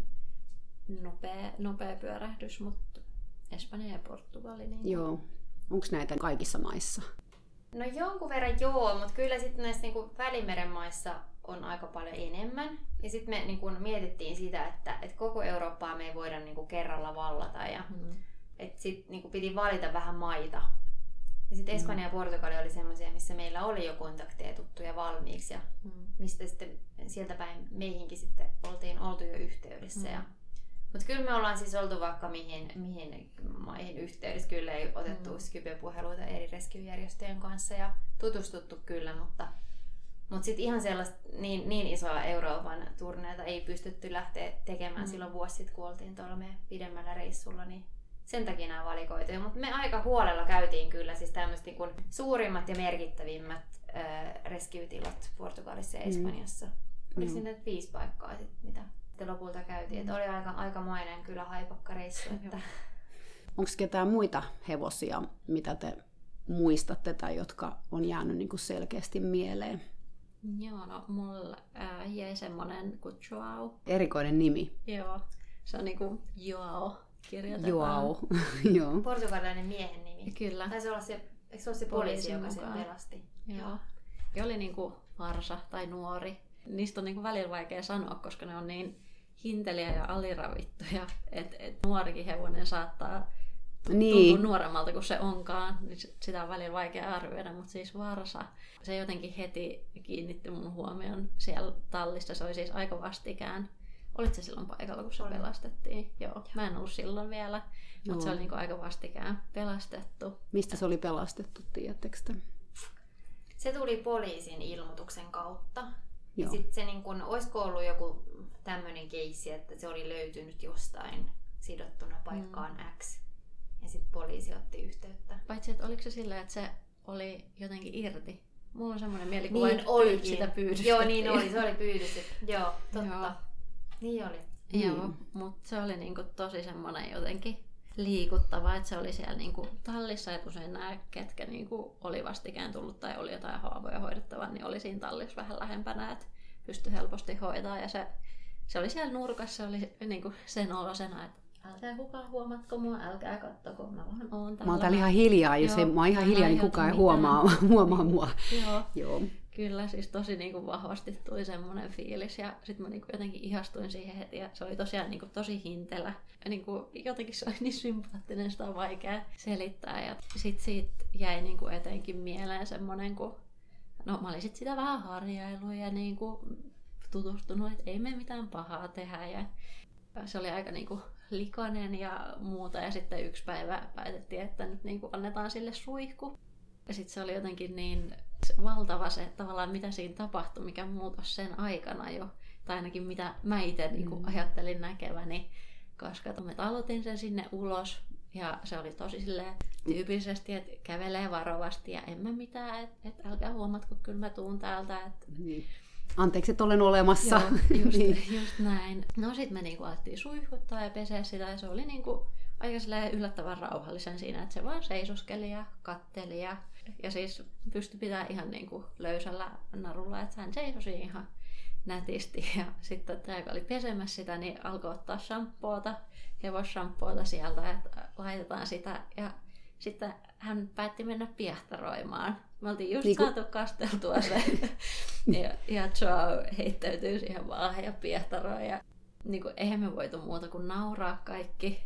Nopea, nopea pyörähdys, mutta Espanja ja Portugali. Niin joo. Onko näitä kaikissa maissa? No jonkun verran joo, mutta kyllä sitten näissä niinku Välimeren maissa on aika paljon enemmän. Ja sitten me niinku mietittiin sitä, että et koko Eurooppaa me ei voida niinku kerralla vallata. Ja mm. että sitten niinku piti valita vähän maita. Ja sitten Espanja mm. ja Portugali oli semmoisia, missä meillä oli jo kontakteja tuttuja valmiiksi. Ja mm. mistä sitten sieltä päin meihinkin sitten oltiin oltu jo yhteydessä. Mm. Ja mutta kyllä me ollaan siis oltu vaikka mihin, mihin maihin yhteydessä. Kyllä ei otettu mm. Skype-puheluita eri rescue-järjestöjen kanssa ja tutustuttu kyllä, mutta, mutta sitten ihan sellaista niin, niin isoa Euroopan turneita ei pystytty lähteä tekemään mm. silloin vuosi sitten, kun oltiin tuolla meidän pidemmällä reissulla, niin sen takia nämä valikoituja. Mutta me aika huolella käytiin kyllä siis tämmöiset niin kuin suurimmat ja merkittävimmät äh, rescue-tilat Portugalissa ja Espanjassa. Mm. Oliko mm. siinä viisi paikkaa sitten, mitä lopulta käytiin. Että oli aika, aikamoinen kyllä haipakkareissu. Että... Onko ketään muita hevosia, mitä te muistatte tai jotka on jäänyt niin kuin selkeästi mieleen? Joo, no mulla äh, jäi semmonen kuin Joao. Erikoinen nimi. Joo, se on niinku Joao kirjoitetaan. Joao, joo. Portugalilainen miehen nimi. Kyllä. Taisi olla se, eikö se ole se poliisi, joka sen pelasti? Joo. Ja oli niinku varsa tai nuori. Niistä on niinku välillä vaikea sanoa, koska ne on niin hinteliä ja aliravittuja, että et nuorikin hevonen saattaa niin tuntua nuoremmalta kuin se onkaan. Niin sitä on välillä vaikea arvioida, mutta siis varsa, se jotenkin heti kiinnitti mun huomion siellä tallissa. Se oli siis aika vastikään. Olit se silloin paikalla, kun se Olen. pelastettiin? Joo. Mä en ollut silloin vielä, Joo. mutta se oli niinku aika vastikään pelastettu. Mistä se oli pelastettu, tiedättekö te? Se tuli poliisin ilmoituksen kautta. Ja sitten se niin kun, olisiko ollut joku tämmöinen keissi, että se oli löytynyt jostain sidottuna paikkaan mm. X. Ja sitten poliisi otti yhteyttä. Paitsi, että oliko se sillä, että se oli jotenkin irti? Mulla on semmoinen mielikuva, niin että pyy- sitä pyydystettiin. Joo, niin oli. Se oli pyydystetty. Joo, totta. Joo. Niin oli. Mm. Joo, mutta se oli niinku tosi semmoinen jotenkin liikuttava, että se oli siellä niinku tallissa, että usein nämä, ketkä niinku oli vastikään tullut tai oli jotain haavoja hoidettavaa, niin oli siinä tallissa vähän lähempänä, että pystyi helposti hoitaa. Ja se, se oli siellä nurkassa, se oli niinku sen olosena, että älkää kukaan huomatko mua, älkää kattoko, mä vaan oon täällä. Mä oon täällä ihan hiljaa, jos Joo, ei, mä oon ihan hiljaa, niin kukaan ei huomaa, huomaa mua. Joo. Joo. Kyllä, siis tosi niinku vahvasti tuli semmoinen fiilis ja sitten mä niinku jotenkin ihastuin siihen heti ja se oli tosiaan niinku tosi hintelä. Ja niinku jotenkin se oli niin sympaattinen, sitä on vaikea selittää. Ja sitten siitä jäi niinku etenkin mieleen semmoinen, kun no mä olin sit sitä vähän harjailu ja niinku tutustunut, että ei me mitään pahaa tehdä. Ja se oli aika niinku likainen ja muuta ja sitten yksi päivä päätettiin, että nyt niinku annetaan sille suihku. Ja sitten se oli jotenkin niin valtava se tavallaan, mitä siinä tapahtui, mikä muutos sen aikana jo. Tai ainakin mitä mä itse niin mm. ajattelin näkeväni, koska me talutin sen sinne ulos. Ja se oli tosi silleen tyypillisesti, että kävelee varovasti ja en mä mitään, että et älkää huomatko, kyllä mä tuun täältä. Et... Niin. Anteeksi, että olen olemassa. Joo, just, niin. just näin. No sit me niinku alettiin suihkuttaa ja peseä sitä ja se oli niinku aika yllättävän rauhallisen siinä, että se vaan seisoskeli ja katteli ja, ja siis pystyi pitämään ihan niin kuin löysällä narulla, että hän seisosi ihan nätisti. Ja sitten tämä, joka oli pesemässä sitä, niin alkoi ottaa shampoota, hevosshampoota sieltä, että laitetaan sitä. Ja sitten hän päätti mennä piehtaroimaan. Me oltiin just niin kun... saatu kasteltua se. ja, ja Joao heittäytyy siihen maahan ja piehtaroi. Ja niin kuin, eihän me voitu muuta kuin nauraa kaikki.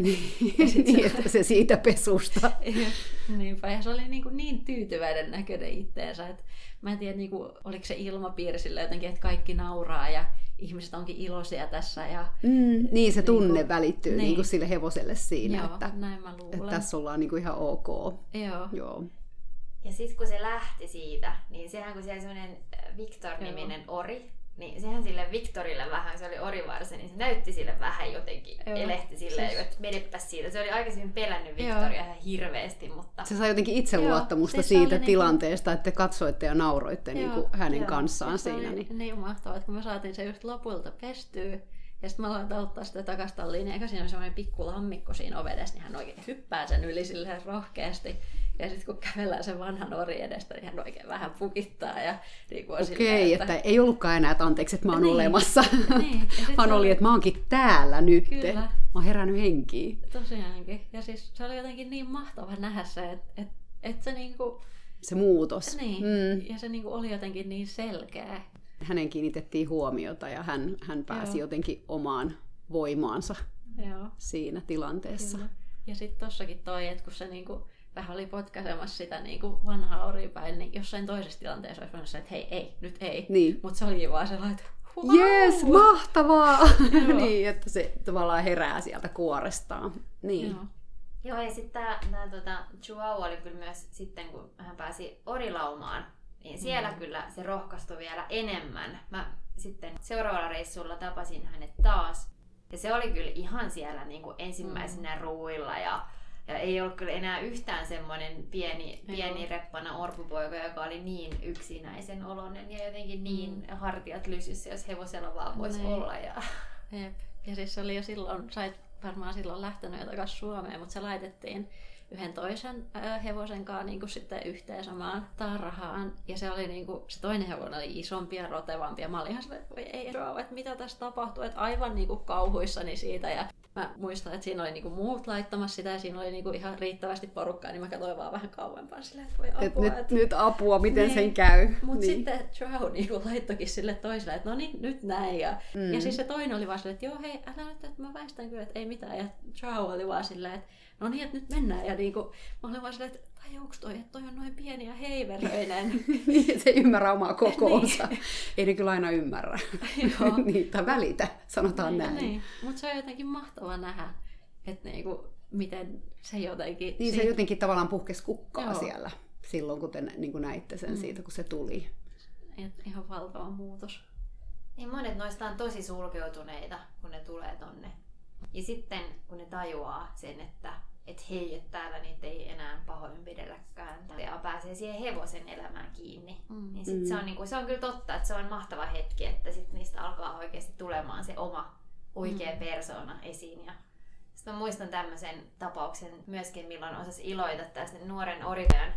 Niin, että se siitä pesusta. Niinpä, ja se oli niin, kuin niin tyytyväinen näköinen itteensä, että mä en tiedä, niin kuin, oliko se ilmapiiri sillä jotenkin, että kaikki nauraa ja ihmiset onkin iloisia tässä. Ja, mm, niin, se tunne niin kuin, välittyy niin. Niin kuin sille hevoselle siinä, Joo, että, näin mä luulen. että tässä ollaan niin kuin ihan ok. Joo. Joo. Ja sitten kun se lähti siitä, niin sehän kun siellä semmoinen Victor-niminen Joo. ori, niin sehän sille Victorille vähän, se oli orivarsa, niin se näytti sille vähän jotenkin, Joo. elehti silleen, siis... että menepäs siitä. Se oli aikaisemmin pelännyt Victoria ihan hirveästi, mutta... Se sai jotenkin itseluottamusta siis siitä tilanteesta, niin kuin... että te katsoitte ja nauroitte niin kuin hänen Joo. kanssaan se siinä. Oli niin niin mahtavaa, että kun me saatiin se just lopulta pestyä, ja sitten mä aloin tauttaa sitä takaisin talliin, eikä siinä on semmoinen pikku lammikko siinä ovedessa, niin hän oikein hyppää sen yli silleen rohkeasti. Ja sitten kun kävellään sen vanhan ori edestä, niin hän oikein vähän pukittaa. Ja niin Okei, silleen, että... että ei ollutkaan enää, että anteeksi, että mä oon niin. olemassa. Niin. Vaan oli, että mä oonkin täällä nyt. Kyllä. Mä oon herännyt henkiin. Tosiaankin. Ja siis se oli jotenkin niin mahtava nähdä se, että, että, että se niinku... Se muutos. Niin. Mm. Ja se niinku oli jotenkin niin selkeä. Hänen kiinnitettiin huomiota ja hän, hän pääsi Joo. jotenkin omaan voimaansa Joo. siinä tilanteessa. Kyllä. Ja sitten tossakin toi, että kun se niinku vähän oli potkaisemassa sitä niinku vanhaa oripäin, niin jossain toisessa tilanteessa olisi voinut sanoa, että hei, ei, nyt ei. Niin. Mutta se oli vaan sellainen, että wow! Jes, mahtavaa! Niin, että se tavallaan herää sieltä kuorestaan. Niin. Joo. Joo, ja sitten tämä tota, Joao oli kyllä myös sitten, kun hän pääsi orilaumaan, niin siellä mm. kyllä se rohkaistui vielä enemmän. Mä sitten seuraavalla reissulla tapasin hänet taas. Ja se oli kyllä ihan siellä niin kuin ensimmäisenä mm. ruuilla. Ja, ja ei ollut kyllä enää yhtään semmoinen pieni, pieni reppana orpupoika, joka oli niin yksinäisen oloinen ja jotenkin niin mm. hartiat lysyssä, jos hevosella vaan voisi Näin. olla. Ja... Jep. Ja siis se oli jo silloin, sait varmaan silloin lähtenyt jo takaisin Suomeen, mutta se laitettiin yhden toisen äh, hevosen kanssa niin kuin sitten yhteen samaan tarhaan. Ja se oli niin kuin, se toinen hevonen oli isompi ja rotevampi. Ja mä olin ihan sellainen, että voi ei, että mitä tässä tapahtuu. Että aivan niin kuin kauhuissani siitä. Ja mä muistan, että siinä oli niin kuin muut laittamassa sitä ja siinä oli niin kuin ihan riittävästi porukkaa. Niin mä katsoin vaan vähän kauempaa silleen, että voi apua. Et nyt, että... nyt apua, miten niin. sen käy. Mutta niin. sitten Joao niin kuin laittokin sille toiselle, että no niin, nyt näin. Ja, mm. ja siis se toinen oli vaan silleen, että joo hei, älä nyt, että mä väistän kyllä, että ei mitään. Ja Joao oli vaan silleen, että no niin, että nyt mennään. Ja niinku, mä olin vaan silleen, että tajuuks toi, että toi on noin pieni ja heiveröinen. Niin, se ymmärrä omaa kokoonsa. Niin. Ei ne kyllä aina ymmärrä. Niin, tai välitä, sanotaan niin, näin. Niin. Mutta se on jotenkin mahtava nähdä, että niinku, miten se jotenkin... Niin, siitä... se jotenkin tavallaan puhkesi kukkaa Joo. siellä silloin, kun te niin kuin näitte sen mm. siitä, kun se tuli. Et ihan valtava muutos. Niin monet noista on tosi sulkeutuneita, kun ne tulee tonne. Ja sitten kun ne tajuaa sen, että et hei, että täällä niitä ei enää pahoinpidelläkään ja pääsee siihen hevosen elämään kiinni, mm. niin sit mm. se, on niinku, se on kyllä totta, että se on mahtava hetki, että sit niistä alkaa oikeasti tulemaan se oma oikea mm. persoona esiin. Ja sitten mä muistan tämmöisen tapauksen myöskin, milloin osasi iloita tästä nuoren orittajan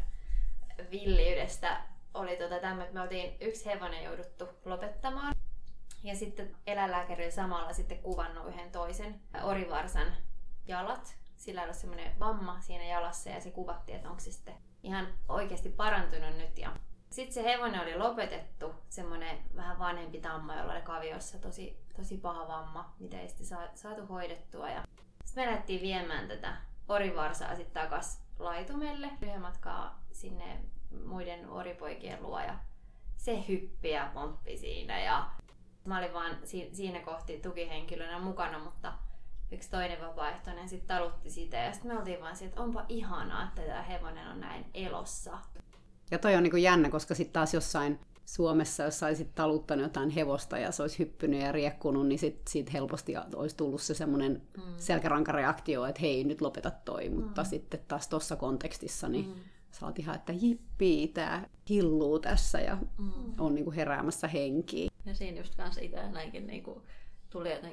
villiydestä. Oli tota tämmöinen, että me oltiin yksi hevonen jouduttu lopettamaan. Ja sitten eläinlääkäri oli samalla sitten kuvannut yhden toisen orivarsan jalat. Sillä oli semmoinen vamma siinä jalassa ja se kuvattiin, että onko se sitten ihan oikeasti parantunut nyt. Ja sitten se hevonen oli lopetettu, semmoinen vähän vanhempi tamma, jolla oli kaviossa tosi, tosi paha vamma, mitä ei sitten saatu hoidettua. Ja sitten me lähdettiin viemään tätä orivarsaa sitten takaisin laitumelle, lyhyen matkaa sinne muiden oripoikien luo. Ja se hyppi ja pomppi siinä. Ja mä olin vaan siinä kohti tukihenkilönä mukana, mutta yksi toinen vapaaehtoinen sitten talutti sitä ja sitten me oltiin vaan siitä, että onpa ihanaa, että tämä hevonen on näin elossa. Ja toi on niinku jännä, koska sitten taas jossain Suomessa, jos olisit taluttanut jotain hevosta ja se olisi hyppynyt ja riekkunut, niin sit siitä helposti olisi tullut se semmoinen mm. selkärankareaktio, että hei, nyt lopeta toi. Mm. Mutta sitten taas tuossa kontekstissa, niin mm. sä oot ihan, että jippii, tää hilluu tässä ja mm. on niinku heräämässä henkiin. Ja siinä just kanssa itse näinkin niinku tuli jotenkin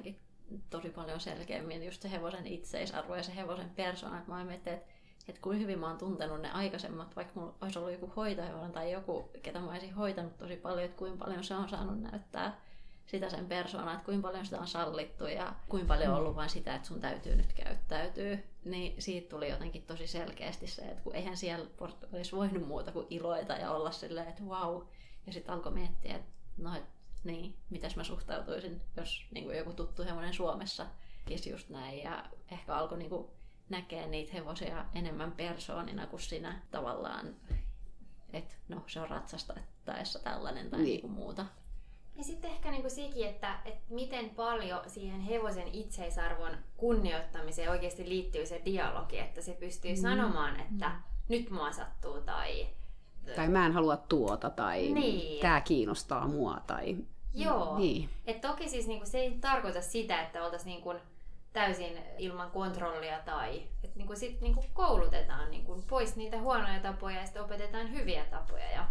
tosi paljon selkeämmin just se hevosen itseisarvo ja se hevosen persoona. Mä oon miettinyt, että, että kuinka hyvin mä oon tuntenut ne aikaisemmat, vaikka mulla olisi ollut joku hoitohevonen tai joku, ketä mä olisin hoitanut tosi paljon, että kuinka paljon se on saanut näyttää sitä sen persoonaa, että kuinka paljon sitä on sallittu ja kuinka paljon on ollut vain sitä, että sun täytyy nyt käyttäytyy. Niin siitä tuli jotenkin tosi selkeästi se, että kun eihän siellä Portugalissa voinut muuta kuin iloita ja olla silleen, että vau. Ja sitten alkoi miettiä, että no, et, niin, mitäs mä suhtautuisin, jos niin kuin joku tuttu hevonen Suomessa tekisi just näin. Ja ehkä alkoi niin kuin näkee niitä hevosia enemmän persoonina kuin sinä tavallaan, että no se on ratsastaessa tällainen tai niin. Niin kuin muuta. Ja sitten ehkä niinku sekin, että, että miten paljon siihen hevosen itseisarvon kunnioittamiseen oikeasti liittyy se dialogi, että se pystyy mm. sanomaan, että mm. nyt mua sattuu tai... Tai mä en halua tuota tai niin. Tää kiinnostaa mua tai... Joo, niin. Et toki siis niinku se ei tarkoita sitä, että oltaisiin niinku täysin ilman kontrollia tai että niinku sit niinku koulutetaan niinku pois niitä huonoja tapoja ja sitten opetetaan hyviä tapoja. Ja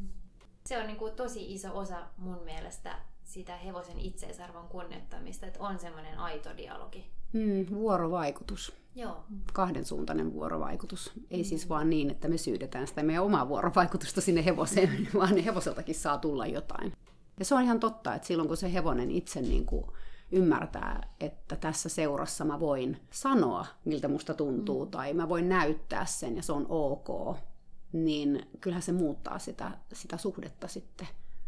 se on niinku tosi iso osa mun mielestä sitä hevosen itseisarvon kunnioittamista, että on semmoinen aito dialogi. Mm, vuorovaikutus. Joo. Kahdensuuntainen vuorovaikutus. Ei mm. siis vaan niin, että me syydetään sitä meidän omaa vuorovaikutusta sinne hevoseen, vaan hevoseltakin saa tulla jotain. Ja se on ihan totta, että silloin kun se hevonen itse niin kuin ymmärtää, että tässä seurassa mä voin sanoa, miltä musta tuntuu, mm. tai mä voin näyttää sen ja se on ok, niin kyllähän se muuttaa sitä, sitä suhdetta sitten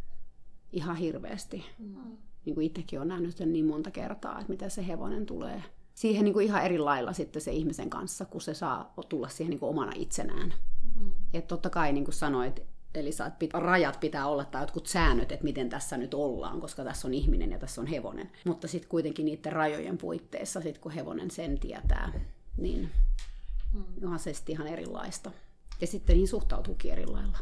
ihan hirveästi. Mm. Niin kuin itsekin olen nähnyt sen niin monta kertaa, että miten se hevonen tulee siihen niin kuin ihan eri lailla sitten se ihmisen kanssa, kun se saa tulla siihen niin kuin omana itsenään. Mm. Että totta kai niin kuin sanoit, eli rajat pitää olla tai jotkut säännöt, että miten tässä nyt ollaan, koska tässä on ihminen ja tässä on hevonen. Mutta sitten kuitenkin niiden rajojen puitteissa, sit kun hevonen sen tietää, niin mm. onhan se sitten ihan erilaista. Ja sitten niihin suhtautuukin eri lailla.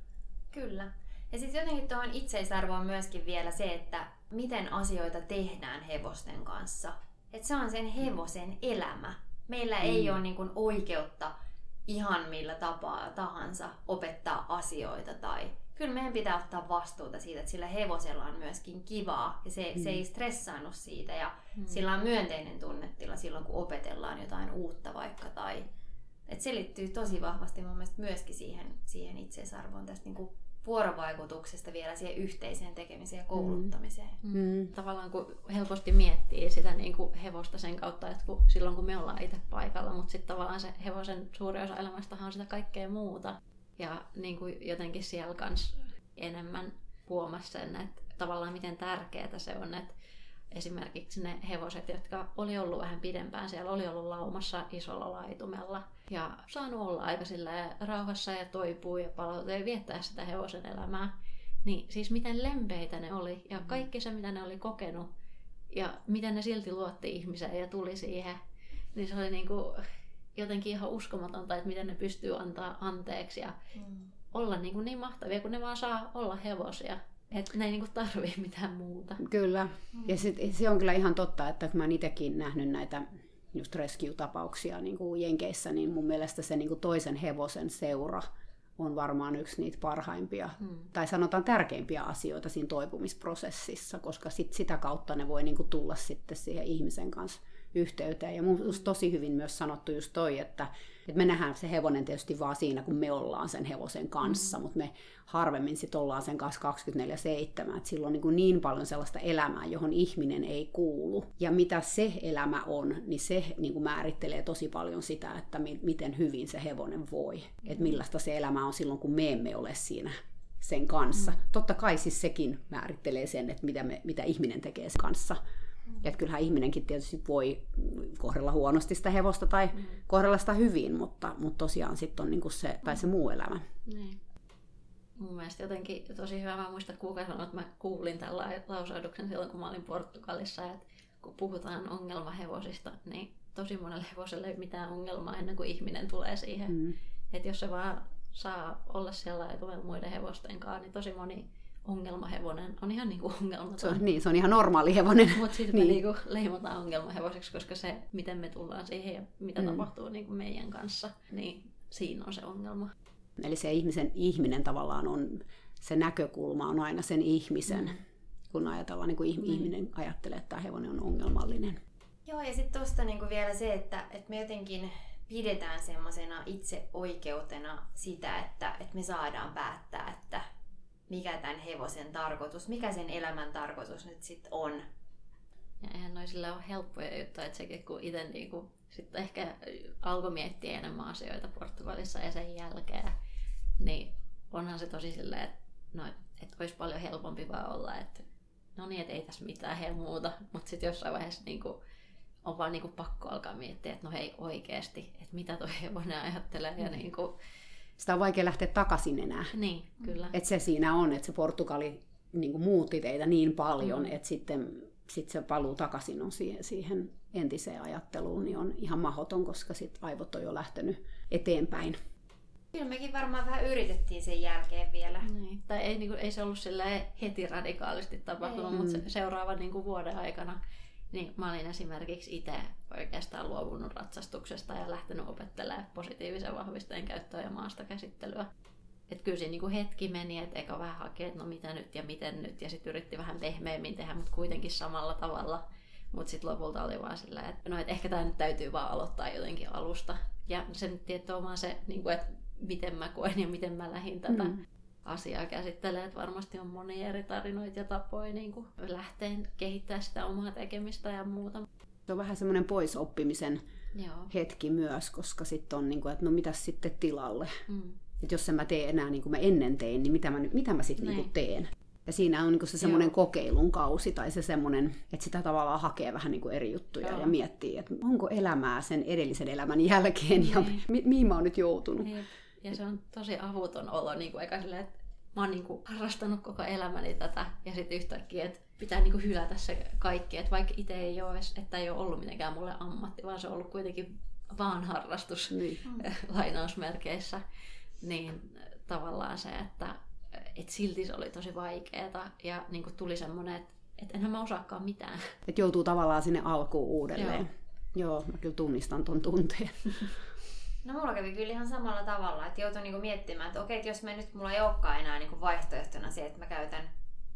Kyllä. Ja sitten jotenkin tuohon itseisarvoon myöskin vielä se, että miten asioita tehdään hevosten kanssa. Että se on sen hevosen elämä. Meillä mm. ei ole niin kuin oikeutta ihan millä tapaa tahansa opettaa asioita. Tai kyllä meidän pitää ottaa vastuuta siitä, että sillä hevosella on myöskin kivaa. Ja se, mm. se ei stressaannut siitä. Ja mm. sillä on myönteinen tunnetila silloin, kun opetellaan jotain uutta vaikka. Tai, että se liittyy tosi vahvasti mun mielestä myöskin siihen, siihen itseisarvoon tästä niin kuin vuorovaikutuksesta vielä siihen yhteiseen tekemiseen ja kouluttamiseen. Mm. Mm. Tavallaan kun helposti miettii sitä niin kuin hevosta sen kautta, että kun, silloin kun me ollaan itse paikalla, mutta sitten tavallaan se hevosen suuri osa elämästähän on sitä kaikkea muuta. Ja niin kuin jotenkin siellä kans enemmän huomasi sen, että tavallaan miten tärkeää se on, että esimerkiksi ne hevoset, jotka oli ollut vähän pidempään, siellä oli ollut laumassa isolla laitumella ja saanut olla aika rauhassa ja toipua ja palautua ja viettää sitä hevosen elämää. Niin siis miten lempeitä ne oli ja kaikki se mitä ne oli kokenut ja miten ne silti luotti ihmiseen ja tuli siihen, niin se oli niinku jotenkin ihan uskomatonta, että miten ne pystyy antaa anteeksi ja mm. olla niinku niin mahtavia, kun ne vaan saa olla hevosia. Että ne ei niinku tarvii mitään muuta. Kyllä. Ja sit, se on kyllä ihan totta, että kun mä oon itsekin nähnyt näitä just rescue-tapauksia niin kuin Jenkeissä, niin mun mielestä se niin kuin toisen hevosen seura on varmaan yksi niitä parhaimpia, hmm. tai sanotaan tärkeimpiä asioita siinä toipumisprosessissa, koska sit sitä kautta ne voi niin kuin tulla sitten siihen ihmisen kanssa yhteyteen. Ja mun just tosi hyvin myös sanottu just toi, että, että me nähdään se hevonen tietysti vaan siinä, kun me ollaan sen hevosen kanssa, mm. mutta me harvemmin sit ollaan sen kanssa kaksikymmentäneljä seitsemän, että sillä on niin, kuin niin paljon sellaista elämää, johon ihminen ei kuulu. Ja mitä se elämä on, niin se niin kuin määrittelee tosi paljon sitä, että mi- miten hyvin se hevonen voi. Mm. Että millaista se elämä on silloin, kun me emme ole siinä sen kanssa. Mm. Totta kai siis sekin määrittelee sen, että mitä, me, mitä ihminen tekee sen kanssa. Ja että kyllähän ihminenkin tietysti voi kohdella huonosti sitä hevosta tai mm. kohdella sitä hyvin, mutta, mutta tosiaan sitten on niinku se, tai se muu elämä. Niin. Mun mielestä jotenkin tosi hyvä. Mä muistan kuka sanoi, että mä kuulin tällä lausahduksen silloin, kun mä olin Portugalissa, että kun puhutaan ongelmahevosista, niin tosi monelle hevoselle ei ole mitään ongelmaa ennen kuin ihminen tulee siihen. Mm. Että jos se vaan saa olla siellä ja tulee muiden hevosten kanssa, niin tosi moni ongelmahevonen on ihan niinku ongelmaton. Se on, niin, se on ihan normaali hevonen. Mutta sitten niin. me niinku leimataan ongelmahevoseksi, koska se, miten me tullaan siihen ja mitä mm. tapahtuu niinku meidän kanssa, niin siinä on se ongelma. Eli se ihmisen, ihminen tavallaan on, se näkökulma on aina sen ihmisen. Mm. kun ajatellaan, niin kuin ihminen ajattelee, että tämä hevonen on ongelmallinen. Joo, ja sitten tuosta niinku vielä se, että, että me jotenkin pidetään semmoisena itse oikeutena sitä, että, että me saadaan päättää, että mikä tämän hevosen tarkoitus, mikä sen elämän tarkoitus nyt sitten on. Ja eihän noi sillä ole helppoja juttuja, että sekin kun itse niinku, sitten ehkä alkoi miettiä enemmän asioita Portugalissa ja sen jälkeen, niin onhan se tosi silleen, että no, et olisi paljon helpompi vaan olla, että no niin, että ei tässä mitään he muuta, mutta sitten jossain vaiheessa niinku, on vaan niinku pakko alkaa miettiä, että no hei oikeasti, että mitä tuo hevonen ajattelee. Mm. Ja niinku... Sitä on vaikea lähteä takaisin enää. Niin, kyllä. Että se siinä on, että se Portugali niinku muutti teitä niin paljon, mm. että sitten sit se paluu takaisin on siihen, siihen entiseen ajatteluun, niin on ihan mahdoton, koska sit aivot on jo lähtenyt eteenpäin. Kyllä mekin varmaan vähän yritettiin sen jälkeen vielä. Niin. Tai ei, niinku, ei se ollut heti radikaalisti tapahtunut, ei. Mutta seuraavan niinku, vuoden aikana niin mä olin esimerkiksi itse oikeastaan luovunut ratsastuksesta ja lähtenyt opettelemaan positiivisen vahvisteen käyttöä ja maastakäsittelyä. Että kyllä siinä niinku hetki meni, että eka vähän hakea, että no mitä nyt ja miten nyt, ja sitten yritti vähän pehmeämmin tehdä, mutta kuitenkin samalla tavalla. Mutta sitten lopulta oli vaan sillä, että no et ehkä tämä nyt täytyy vaan aloittaa jotenkin alusta. Ja se nyt tietty on vaan se, niinku, että miten mä koen ja miten mä lähdin tätä mm. asiaa käsittelee, että varmasti on monia eri tarinoita ja tapoja niin kuin lähteen kehittää sitä omaa tekemistä ja muuta. Se on vähän semmoinen poisoppimisen Joo. hetki myös, koska sitten on, niin kuin, että no mitäs sitten tilalle. Mm. Että jos en mä tee enää niin kuin mä ennen tein, niin mitä mä, mitä mä sitten niin kuin teen. Ja siinä on niin kuin se semmoinen kokeilun kausi tai se semmoinen, että sitä tavallaan hakee vähän niin kuin eri juttuja Joo. ja miettii, että onko elämää sen edellisen elämän jälkeen niin. ja mi- mihin mä oon nyt joutunut. Niin. Ja se on tosi avuton olo, niin kuin eikä silleen, että mä oon niin kuin harrastanut koko elämäni tätä ja sitten yhtäkkiä, että pitää niin kuin hylätä se kaikki, että vaikka itse ei ole edes, että ei ole ollut mitenkään mulle ammatti, vaan se on ollut kuitenkin vaan harrastus niin. lainausmerkeissä, niin tavallaan se, että, että silti se oli tosi vaikeeta ja niin kuin tuli semmoinen, että, että enhän mä osaakaan mitään. Että joutuu tavallaan sinne alkuun uudelleen. Joo, Joo mä kyllä tunnistan ton tunteen. No mulla kävi kyllä ihan samalla tavalla, että joutui niinku miettimään, että okei, että jos mä nyt mulla ei olekaan enää niinku vaihtoehtona se, että mä käytän,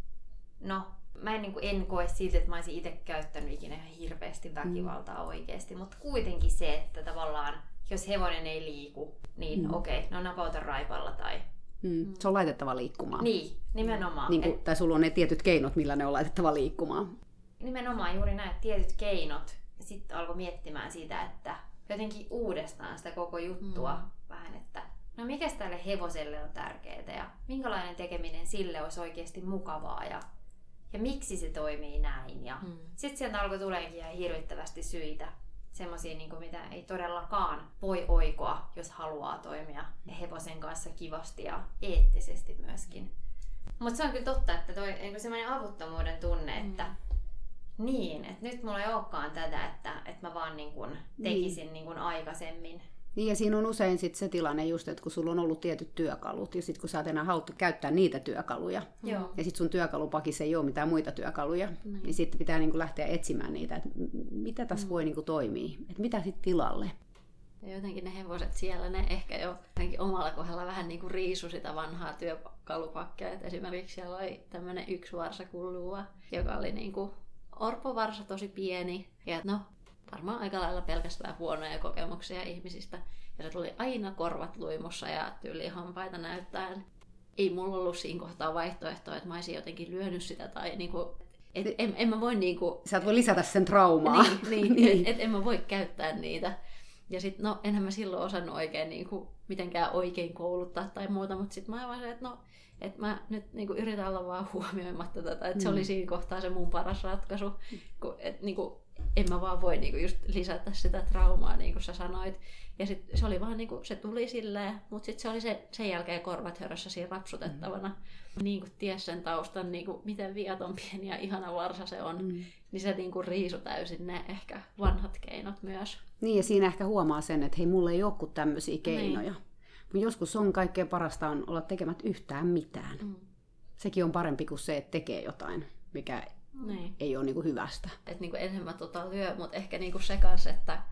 no mä en, niinku, en koe siltä, että mä olisin itse käyttänyt ikinä ihan hirveästi väkivaltaa mm. oikeasti, mutta kuitenkin se, että tavallaan jos hevonen ei liiku, niin mm. okei, no napauta raipalla tai... Mm. Se on laitettava liikkumaan. Niin, nimenomaan. Niin kuin, tai sulla on ne tietyt keinot, millä ne on laitettava liikkumaan. Nimenomaan juuri näin, tietyt keinot. Ja sitten alkoi miettimään sitä, että jotenkin uudestaan sitä koko juttua mm. vähän, että no mikä tälle hevoselle on tärkeää ja minkälainen tekeminen sille olisi oikeasti mukavaa ja, ja miksi se toimii näin. Ja mm. sitten sieltä alkoi tuleekin ihan hirvittävästi syitä, semmoisia, niin mitä ei todellakaan voi oikoa, jos haluaa toimia hevosen kanssa kivasti ja eettisesti myöskin. Mutta se on kyllä totta, että toi niin semmoinen avuttomuuden tunne, että mm. niin, että nyt mulla ei olekaan tätä, että, että mä vaan niin kuin tekisin niin. Niin kuin aikaisemmin. Niin ja siinä on usein sit se tilanne just, että kun sulla on ollut tietyt työkalut ja sitten kun sä et enää haluttu käyttää niitä työkaluja Joo. ja sitten sun työkalupakissa ei ole mitään muita työkaluja, mm. niin sitten pitää niinku lähteä etsimään niitä, että mitä tässä mm. voi niinku toimia, että mitä sitten tilalle. Ja jotenkin ne hevoset siellä, ne ehkä jo omalla kohdalla vähän niinku riisu sitä vanhaa työkalupakkia. Et esimerkiksi siellä oli tämmöinen yksi varsakulluva, joka oli niinku orpovarsa tosi pieni ja no varmaan aika lailla pelkästään huonoja kokemuksia ihmisistä. Ja se tuli aina korvat luimossa ja tyyliin hampaita näyttäen. Ei mulla ollut siinä kohtaa vaihtoehtoa, että mä olisin jotenkin lyönyt sitä tai niinku, et en, en mä voi niinku... Sä et voi lisätä sen traumaa. Niin, niin, niin. Et, et en mä voi käyttää niitä. Ja sit no enhän mä silloin osannut oikein niinku mitenkään oikein kouluttaa tai muuta, mutta sit mä aivan se, että no et mä nyt niinku yritän olla vaan huomioimatta tätä, että mm. se oli siinä kohtaa se mun paras ratkaisu. Mm. Kun, et, niinku, en mä vaan voi niinku just lisätä sitä traumaa, niin kuin sä sanoit. Ja sit se oli vaan niinku, se tuli silleen, mutta sitten se oli se, sen jälkeen korvat hörössä siinä rapsutettavana. Mm. Niin kuin ties sen taustan, niinku, miten viaton pieni ja ihana varsa se on. Mm. Niin se niinku riisu täysin ne ehkä vanhat keinot myös. Niin ja siinä ehkä huomaa sen, että hei, mulla ei ole kuin tämmöisiä keinoja. Niin. Mutta joskus on kaikkein parasta on olla tekemät yhtään mitään. Mm. Sekin on parempi kuin se, että tekee jotain, mikä niin. ei ole niinku hyvästä. Et niinku enhän mä tota lyö, mutta ehkä niinku se kanssa, että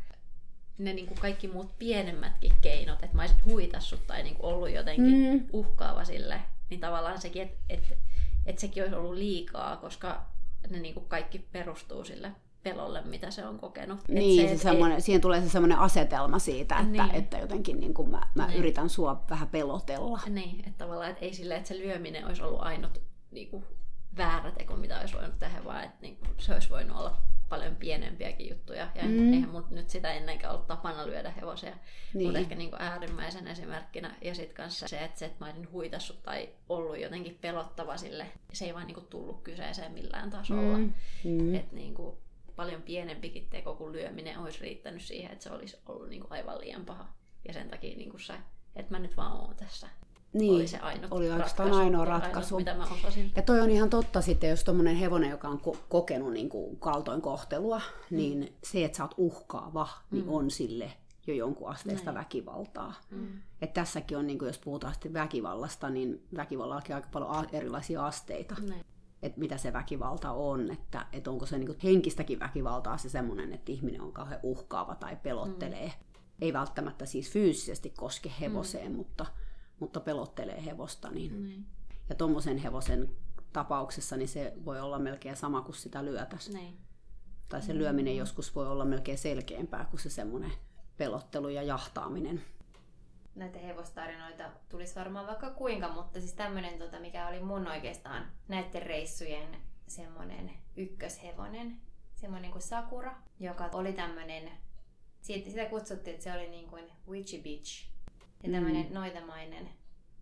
ne niinku kaikki muut pienemmätkin keinot, että mä olisin huitassut tai niinku ollut jotenkin mm. uhkaava sille, niin tavallaan sekin, että et, että sekin olisi ollut liikaa, koska ne niin kuin kaikki perustuu sille pelolle, mitä se on kokenut. Niin, se, se ei... siihen tulee se semmoinen asetelma siitä, että, niin. että jotenkin niin kuin mä, mä niin. yritän sua vähän pelotella. Niin, että tavallaan että ei silleen, että se lyöminen olisi ollut ainut niin kuin väärä teko, mitä olisi voinut tehdä, vaan että niin kuin, se olisi voinut olla paljon pienempiäkin juttuja. Ja mm. eihän mun nyt sitä ennenkään ollut tapana lyödä hevosia, niin. mutta ehkä niin kuin äärimmäisen esimerkkinä. Ja sitten kanssa se, että, se, että mä olisin huitassut tai ollut jotenkin pelottava sille, se ei vaan niin kuin tullut kyseeseen millään tasolla. Mm. Mm. Että niin kuin, paljon pienempikin teko kuin lyöminen olisi riittänyt siihen, että se olisi ollut niin kuin aivan liian paha. Ja sen takia niin kuin se, että mä nyt vaan oon tässä. Niin, oli se ainut oli ratkaisu, ainoa ratkaisu. Ainut, mitä mä osasin. Ja toi on ihan totta sitten, jos tommonen hevonen, joka on ko- kokenut niin kuin kaltoinkohtelua, mm. niin se, että sä oot uhkaava, niin mm. on sille jo jonkun asteista Näin. väkivaltaa. Mm. Et tässäkin on, niin kuin, jos puhutaan sitten väkivallasta, niin väkivallallakin on aika paljon erilaisia asteita. Että mitä se väkivalta on, että, että onko se niin kuin henkistäkin väkivaltaa se semmoinen, että ihminen on kauhean uhkaava tai pelottelee. Mm. Ei välttämättä siis fyysisesti koske hevoseen, mm. mutta... mutta pelottelee hevosta. Niin. Mm. Ja tommosen hevosen tapauksessa niin se voi olla melkein sama kuin sitä lyötäisi. Mm. Tai se lyöminen mm. joskus voi olla melkein selkeämpää kuin se semmoinen pelottelu ja jahtaaminen. Näitä hevostarinoita tulisi varmaan vaikka kuinka, mutta siis tämmöinen, tota, mikä oli mun oikeastaan näiden reissujen semmoinen ykköshevonen, semmoinen kuin Sakura, joka oli tämmöinen, siitä, sitä kutsuttiin, että se oli niin kuin witchy bitch. Ja tämmöinen mm. noitamainen,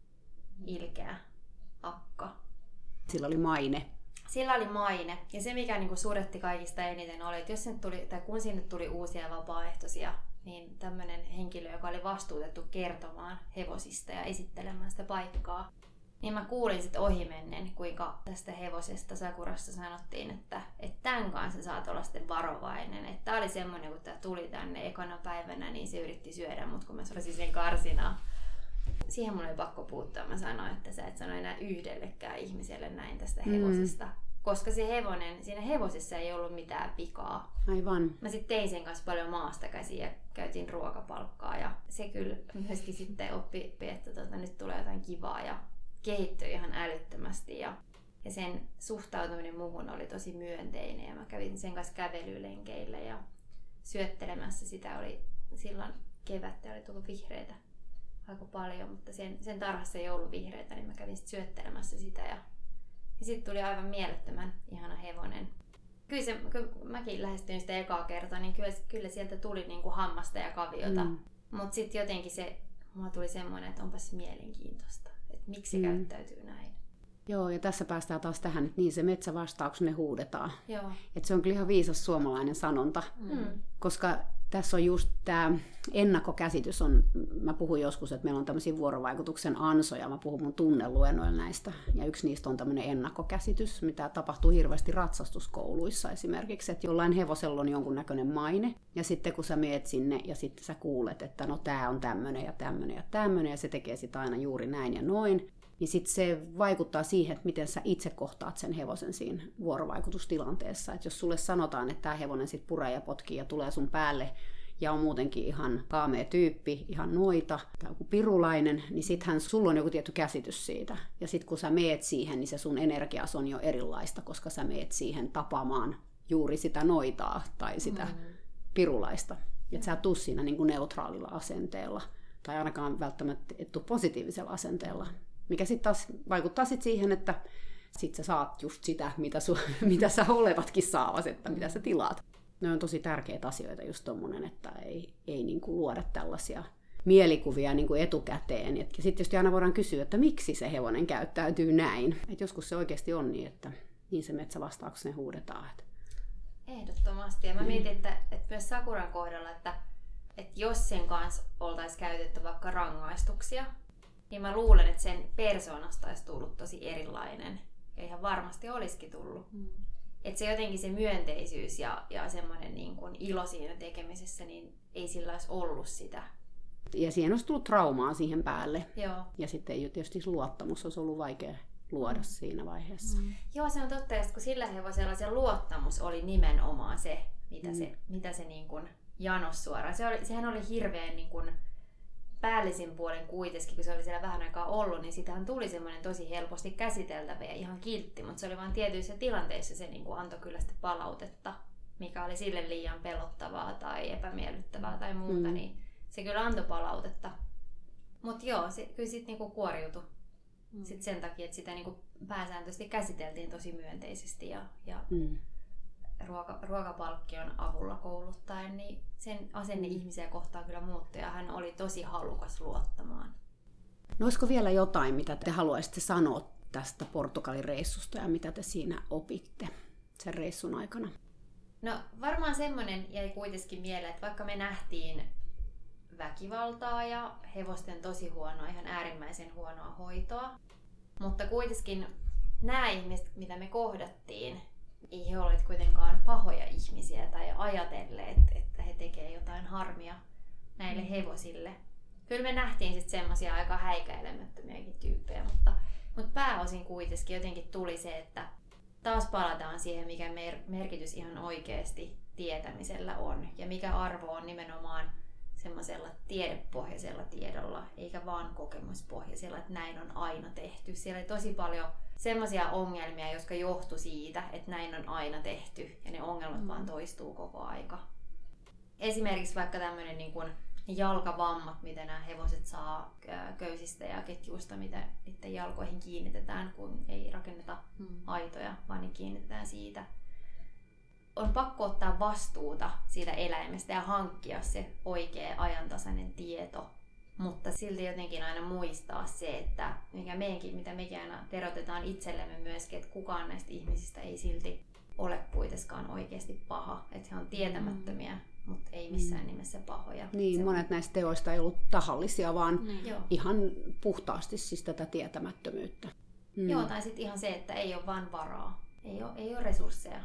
ilkeä akka. Sillä oli maine. Sillä oli maine. Ja se, mikä niinku suretti kaikista eniten, oli, että jos sinne tuli, tai kun sinne tuli uusia vapaaehtoisia, niin tämmöinen henkilö, joka oli vastuutettu kertomaan hevosista ja esittelemään sitä paikkaa, niin mä kuulin sitten ohimennen, kuinka tästä hevosesta Sakurasta sanottiin, että, että tämän kanssa saat olla sitten varovainen. Että tää oli semmoinen, kun tää tuli tänne ekana päivänä, niin se yritti syödä mut, kun mä soisin sen karsinaa. Siihen mun oli pakko puuttua. Mä sanoin, että sä et sano enää yhdellekään ihmiselle näin tästä hevosesta. Mm. Koska se hevonen, siinä hevosessa ei ollut mitään vikaa. Aivan. Mä sitten tein sen kanssa paljon maasta käsin ja käytiin ruokapalkkaa. Ja se kyllä myöskin sitten oppi, että tota, nyt tulee jotain kivaa ja kehittyi ihan älyttömästi. Ja, ja sen suhtautuminen muuhun oli tosi myönteinen. Ja mä kävin sen kanssa kävelylenkeillä ja syöttelemässä sitä. Oli silloin kevättä, oli tullut vihreitä aika paljon, mutta sen, sen tarhassa ei ollut vihreitä, niin mä kävin sit syöttelemässä sitä. Ja, ja sitten tuli aivan mielettömän ihana hevonen. Kyllä se, kun mäkin lähestyin sitä ekaa kertaa, niin kyllä, kyllä sieltä tuli niinku hammasta ja kaviota. Mm. Mutta sitten jotenkin se, mulla tuli semmoinen, että onpas mielenkiintoista, että miksi se mm. käyttäytyy näin. Joo, ja tässä päästään taas tähän, että niin se metsä vastaa, kun me huudetaan. Joo. Että se on kyllä ihan viisas suomalainen sanonta, mm. koska tässä on just tämä ennakkokäsitys. On, mä puhun joskus, että meillä on tämmöisiä vuorovaikutuksen ansoja. Mä puhun mun tunneluennoilla näistä. Ja yksi niistä on tämmöinen ennakkokäsitys, mitä tapahtuu hirveästi ratsastuskouluissa esimerkiksi. Että jollain hevosella on jonkunnäköinen maine. Ja sitten kun sä meet sinne ja sitten sä kuulet, että no tää on tämmöinen ja tämmöinen ja tämmöinen. Ja se tekee sitä aina juuri näin ja noin. Niin sitten se vaikuttaa siihen, että miten sä itse kohtaat sen hevosen siinä vuorovaikutustilanteessa. Että jos sulle sanotaan, että tämä hevonen sit puree ja potkii ja tulee sun päälle ja on muutenkin ihan kaamea tyyppi, ihan noita tai joku pirulainen, niin sittenhän sulla on joku tietty käsitys siitä. Ja sitten kun sä meet siihen, niin se sun energias on jo erilaista, koska sä meet siihen tapaamaan juuri sitä noitaa tai sitä mm. pirulaista. Että sä et tuu siinä niin kuin neutraalilla asenteella tai ainakaan välttämättä et tuu positiivisella asenteella. Mikä sitten taas vaikuttaa sit siihen, että sit sä saat just sitä, mitä, su, mitä sä olevatkin saavat, että mitä sä tilaat. Ne on tosi tärkeitä asioita, just tommonen, että ei, ei niinku luoda tällaisia mielikuvia niinku etukäteen. Ja sitten tietysti aina voidaan kysyä, että miksi se hevonen käyttäytyy näin. Et joskus se oikeasti on niin, että niin se metsä vastaa, kun ne huudetaan. Että... Ehdottomasti. Ja mä mietin, että, että myös Sakuran kohdalla, että, että jos sen kanssa oltaisiin käytetty vaikka rangaistuksia, niin mä luulen, että sen persoonasta olisi tullut tosi erilainen. Ja ihan varmasti olisikin tullut. Mm. Että se jotenkin se myönteisyys ja, ja semmoinen niin kuin ilo siinä tekemisessä, niin ei sillä olisi ollut sitä. Ja siihen olisi tullut traumaa siihen päälle. Joo. Ja sitten tietysti luottamus olisi ollut vaikea luoda mm. siinä vaiheessa. Mm. Joo, se on totta. Ja kun sillä hevosella se luottamus oli nimenomaan se, mitä mm. se, mitä se niin kuin janos suoraan. Se oli, sehän oli hirveän... Niin kuin, päällisin puolen kuitenkin, kun se oli siellä vähän aikaa ollut, niin sitähän tuli semmoinen tosi helposti käsiteltävä ja ihan kiltti, mutta se oli vain tietyissä tilanteissa se niin kuin antoi kyllä sitten palautetta, mikä oli sille liian pelottavaa tai epämiellyttävää tai muuta, mm. niin se kyllä antoi palautetta. Mutta joo, se kyllä sitten niinku kuoriutui mm. sit sen takia, että sitä niinku pääsääntöisesti käsiteltiin tosi myönteisesti ja, ja mm. ruoka, ruokapalkkion avulla kouluttaen, niin sen asenne mm. ihmisiä kohtaan kyllä muuttui ja hän oli tosi halukas luottamaan. No olisiko vielä jotain, mitä te haluaisitte sanoa tästä Portugalin reissusta ja mitä te siinä opitte sen reissun aikana? No varmaan semmoinen jäi kuitenkin mieleen, että vaikka me nähtiin väkivaltaa ja hevosten tosi huonoa, ihan äärimmäisen huonoa hoitoa, mutta kuitenkin nämä ihmiset, mitä me kohdattiin, ei he olleet kuitenkaan pahoja ihmisiä tai ajatelleet, että he tekevät jotain harmia näille hevosille. Kyllä me nähtiin sitten semmoisia aika häikäilemättömiäkin tyyppejä, mutta, mutta pääosin kuitenkin jotenkin tuli se, että taas palataan siihen, mikä mer- merkitys ihan oikeasti tietämisellä on ja mikä arvo on nimenomaan semmoisella tiedepohjaisella tiedolla, eikä vaan kokemuspohjaisella, että näin on aina tehty. Siellä oli tosi paljon semmoisia ongelmia, jotka johtu siitä, että näin on aina tehty ja ne ongelmat mm. vaan toistuu koko aika. Esimerkiksi vaikka tämmöinen niin kuin jalkavammat, mitä nämä hevoset saa köysistä ja ketjuista, mitä niiden jalkoihin kiinnitetään, kun ei rakenneta mm. aitoja, vaan ne kiinnitetään siitä. On pakko ottaa vastuuta siitä eläimestä ja hankkia se oikea ajantasainen tieto, mutta silti jotenkin aina muistaa se, että mikä meidänkin, mitä mekin aina terotetaan itsellemme myöskin, että kukaan näistä ihmisistä ei silti ole kuitenkaan oikeasti paha, että he on tietämättömiä, mm. mutta ei missään mm. nimessä pahoja. Niin, se monet on... näistä teoista ei ollut tahallisia, vaan mm. ihan puhtaasti siis tätä tietämättömyyttä. Mm. Joo, tai sitten ihan se, että ei ole vaan varaa, ei ole, ei ole resursseja.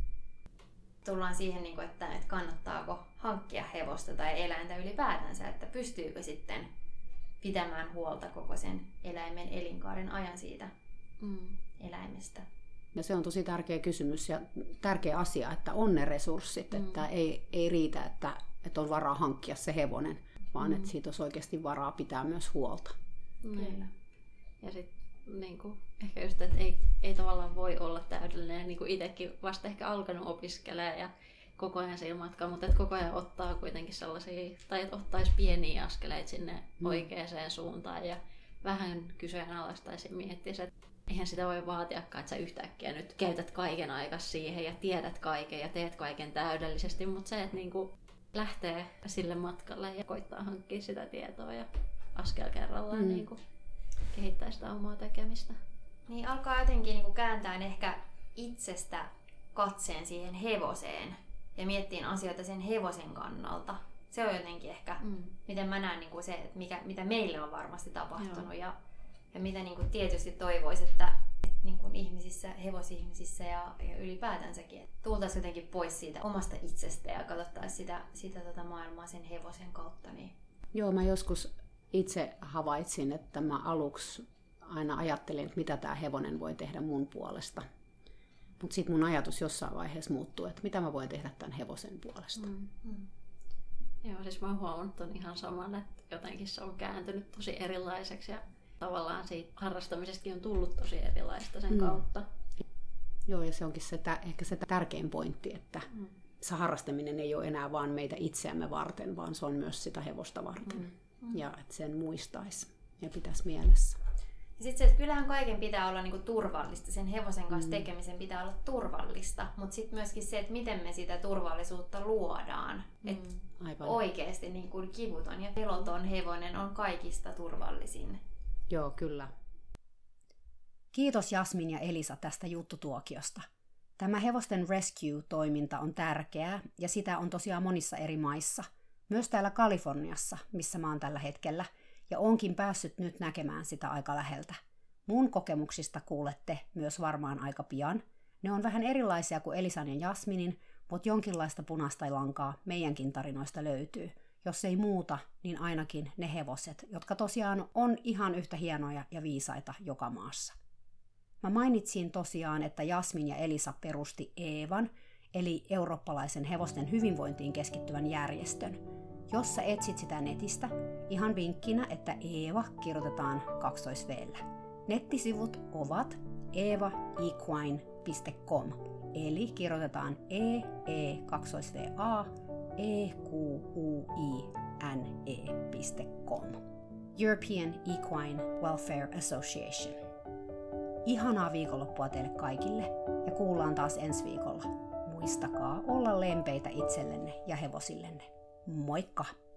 Tullaan siihen, että kannattaako hankkia hevosta tai eläintä ylipäätänsä, että pystyykö sitten pitämään huolta koko sen eläimen elinkaaren ajan siitä mm. eläimestä. Ja se on tosi tärkeä kysymys ja tärkeä asia, että on ne resurssit, mm. että ei, ei riitä, että, että on varaa hankkia se hevonen, vaan mm. että siitä olisi oikeasti varaa pitää myös huolta. Kyllä. Ja sitten niin kuin, ehkä just, että ei, ei tavallaan voi olla täydellinen, niin kuin itsekin vasta ehkä alkanut opiskelemaan ja koko ajan siinä matkalla, mutta että koko ajan ottaa kuitenkin sellaisia, tai että ottaisi pieniä askeleita sinne mm. oikeaan suuntaan ja vähän kyseenalaistaisi ja miettisi, että eihän sitä voi vaatiakaan, että sä yhtäkkiä nyt käytät kaiken aikas siihen ja tiedät kaiken ja teet kaiken täydellisesti, mutta se, että niin kuin lähtee sille matkalle ja koittaa hankkia sitä tietoa ja askel kerrallaan mm. niin kuin kehittää sitä omaa tekemistä. Niin alkaa jotenkin niin kuin kääntää ehkä itsestä katseen siihen hevoseen ja miettiin asioita sen hevosen kannalta. Se on jotenkin ehkä, mm. miten mä näen niin kuin se, että mikä, mitä meille on varmasti tapahtunut ja, ja mitä niin kuin tietysti toivoisi, että, että niin kuin ihmisissä, hevosihmisissä ja, ja ylipäätänsäkin, että tultaisiin jotenkin pois siitä omasta itsestä ja katsottaisiin sitä, sitä tota maailmaa sen hevosen kautta. Niin. Joo, mä joskus itse havaitsin, että mä aluksi aina ajattelin, että mitä tämä hevonen voi tehdä mun puolesta. Mutta sitten mun ajatus jossain vaiheessa muuttui, että mitä mä voin tehdä tämän hevosen puolesta. Mm. Mm. Joo, siis mä oon huomannut ton ihan saman, että jotenkin se on kääntynyt tosi erilaiseksi ja tavallaan siitä harrastamisestakin on tullut tosi erilaista sen mm. kautta. Joo, ja se onkin se, ehkä se tärkein pointti, että mm. se harrastaminen ei ole enää vaan meitä itseämme varten, vaan se on myös sitä hevosta varten. Mm. Mm. Ja että sen muistaisi ja pitäisi mielessä. Ja sitten se, että kyllähän kaiken pitää olla niinku turvallista, sen hevosen kanssa mm. tekemisen pitää olla turvallista, mutta sitten myöskin se, että miten me sitä turvallisuutta luodaan. Mm. Että oikeasti niinku kivuton ja peloton hevonen on kaikista turvallisin. Joo, kyllä. Kiitos Jasmin ja Elisa tästä juttutuokiosta. Tämä hevosten rescue-toiminta on tärkeää ja sitä on tosiaan monissa eri maissa. Myös täällä Kaliforniassa, missä mä oon tällä hetkellä, ja onkin päässyt nyt näkemään sitä aika läheltä. Mun kokemuksista kuulette myös varmaan aika pian. Ne on vähän erilaisia kuin Elisan ja Jasminin, mutta jonkinlaista punaista lankaa meidänkin tarinoista löytyy. Jos ei muuta, niin ainakin ne hevoset, jotka tosiaan on ihan yhtä hienoja ja viisaita joka maassa. Mä mainitsin tosiaan, että Jasmin ja Elisa perusti Eevan, eli eurooppalaisen hevosten hyvinvointiin keskittyvän järjestön, Jos sä etsit sitä netistä, ihan vinkkinä, että Eeva kirjoitetaan kaksi veellä. Nettisivut ovat eeva equine piste com, eli kirjoitetaan e e kaksi v a e q u i n e piste com. European Equine Welfare Association. Ihanaa viikonloppua teille kaikille ja kuullaan taas ensi viikolla. Muistakaa olla lempeitä itsellenne ja hevosillenne. Moikka!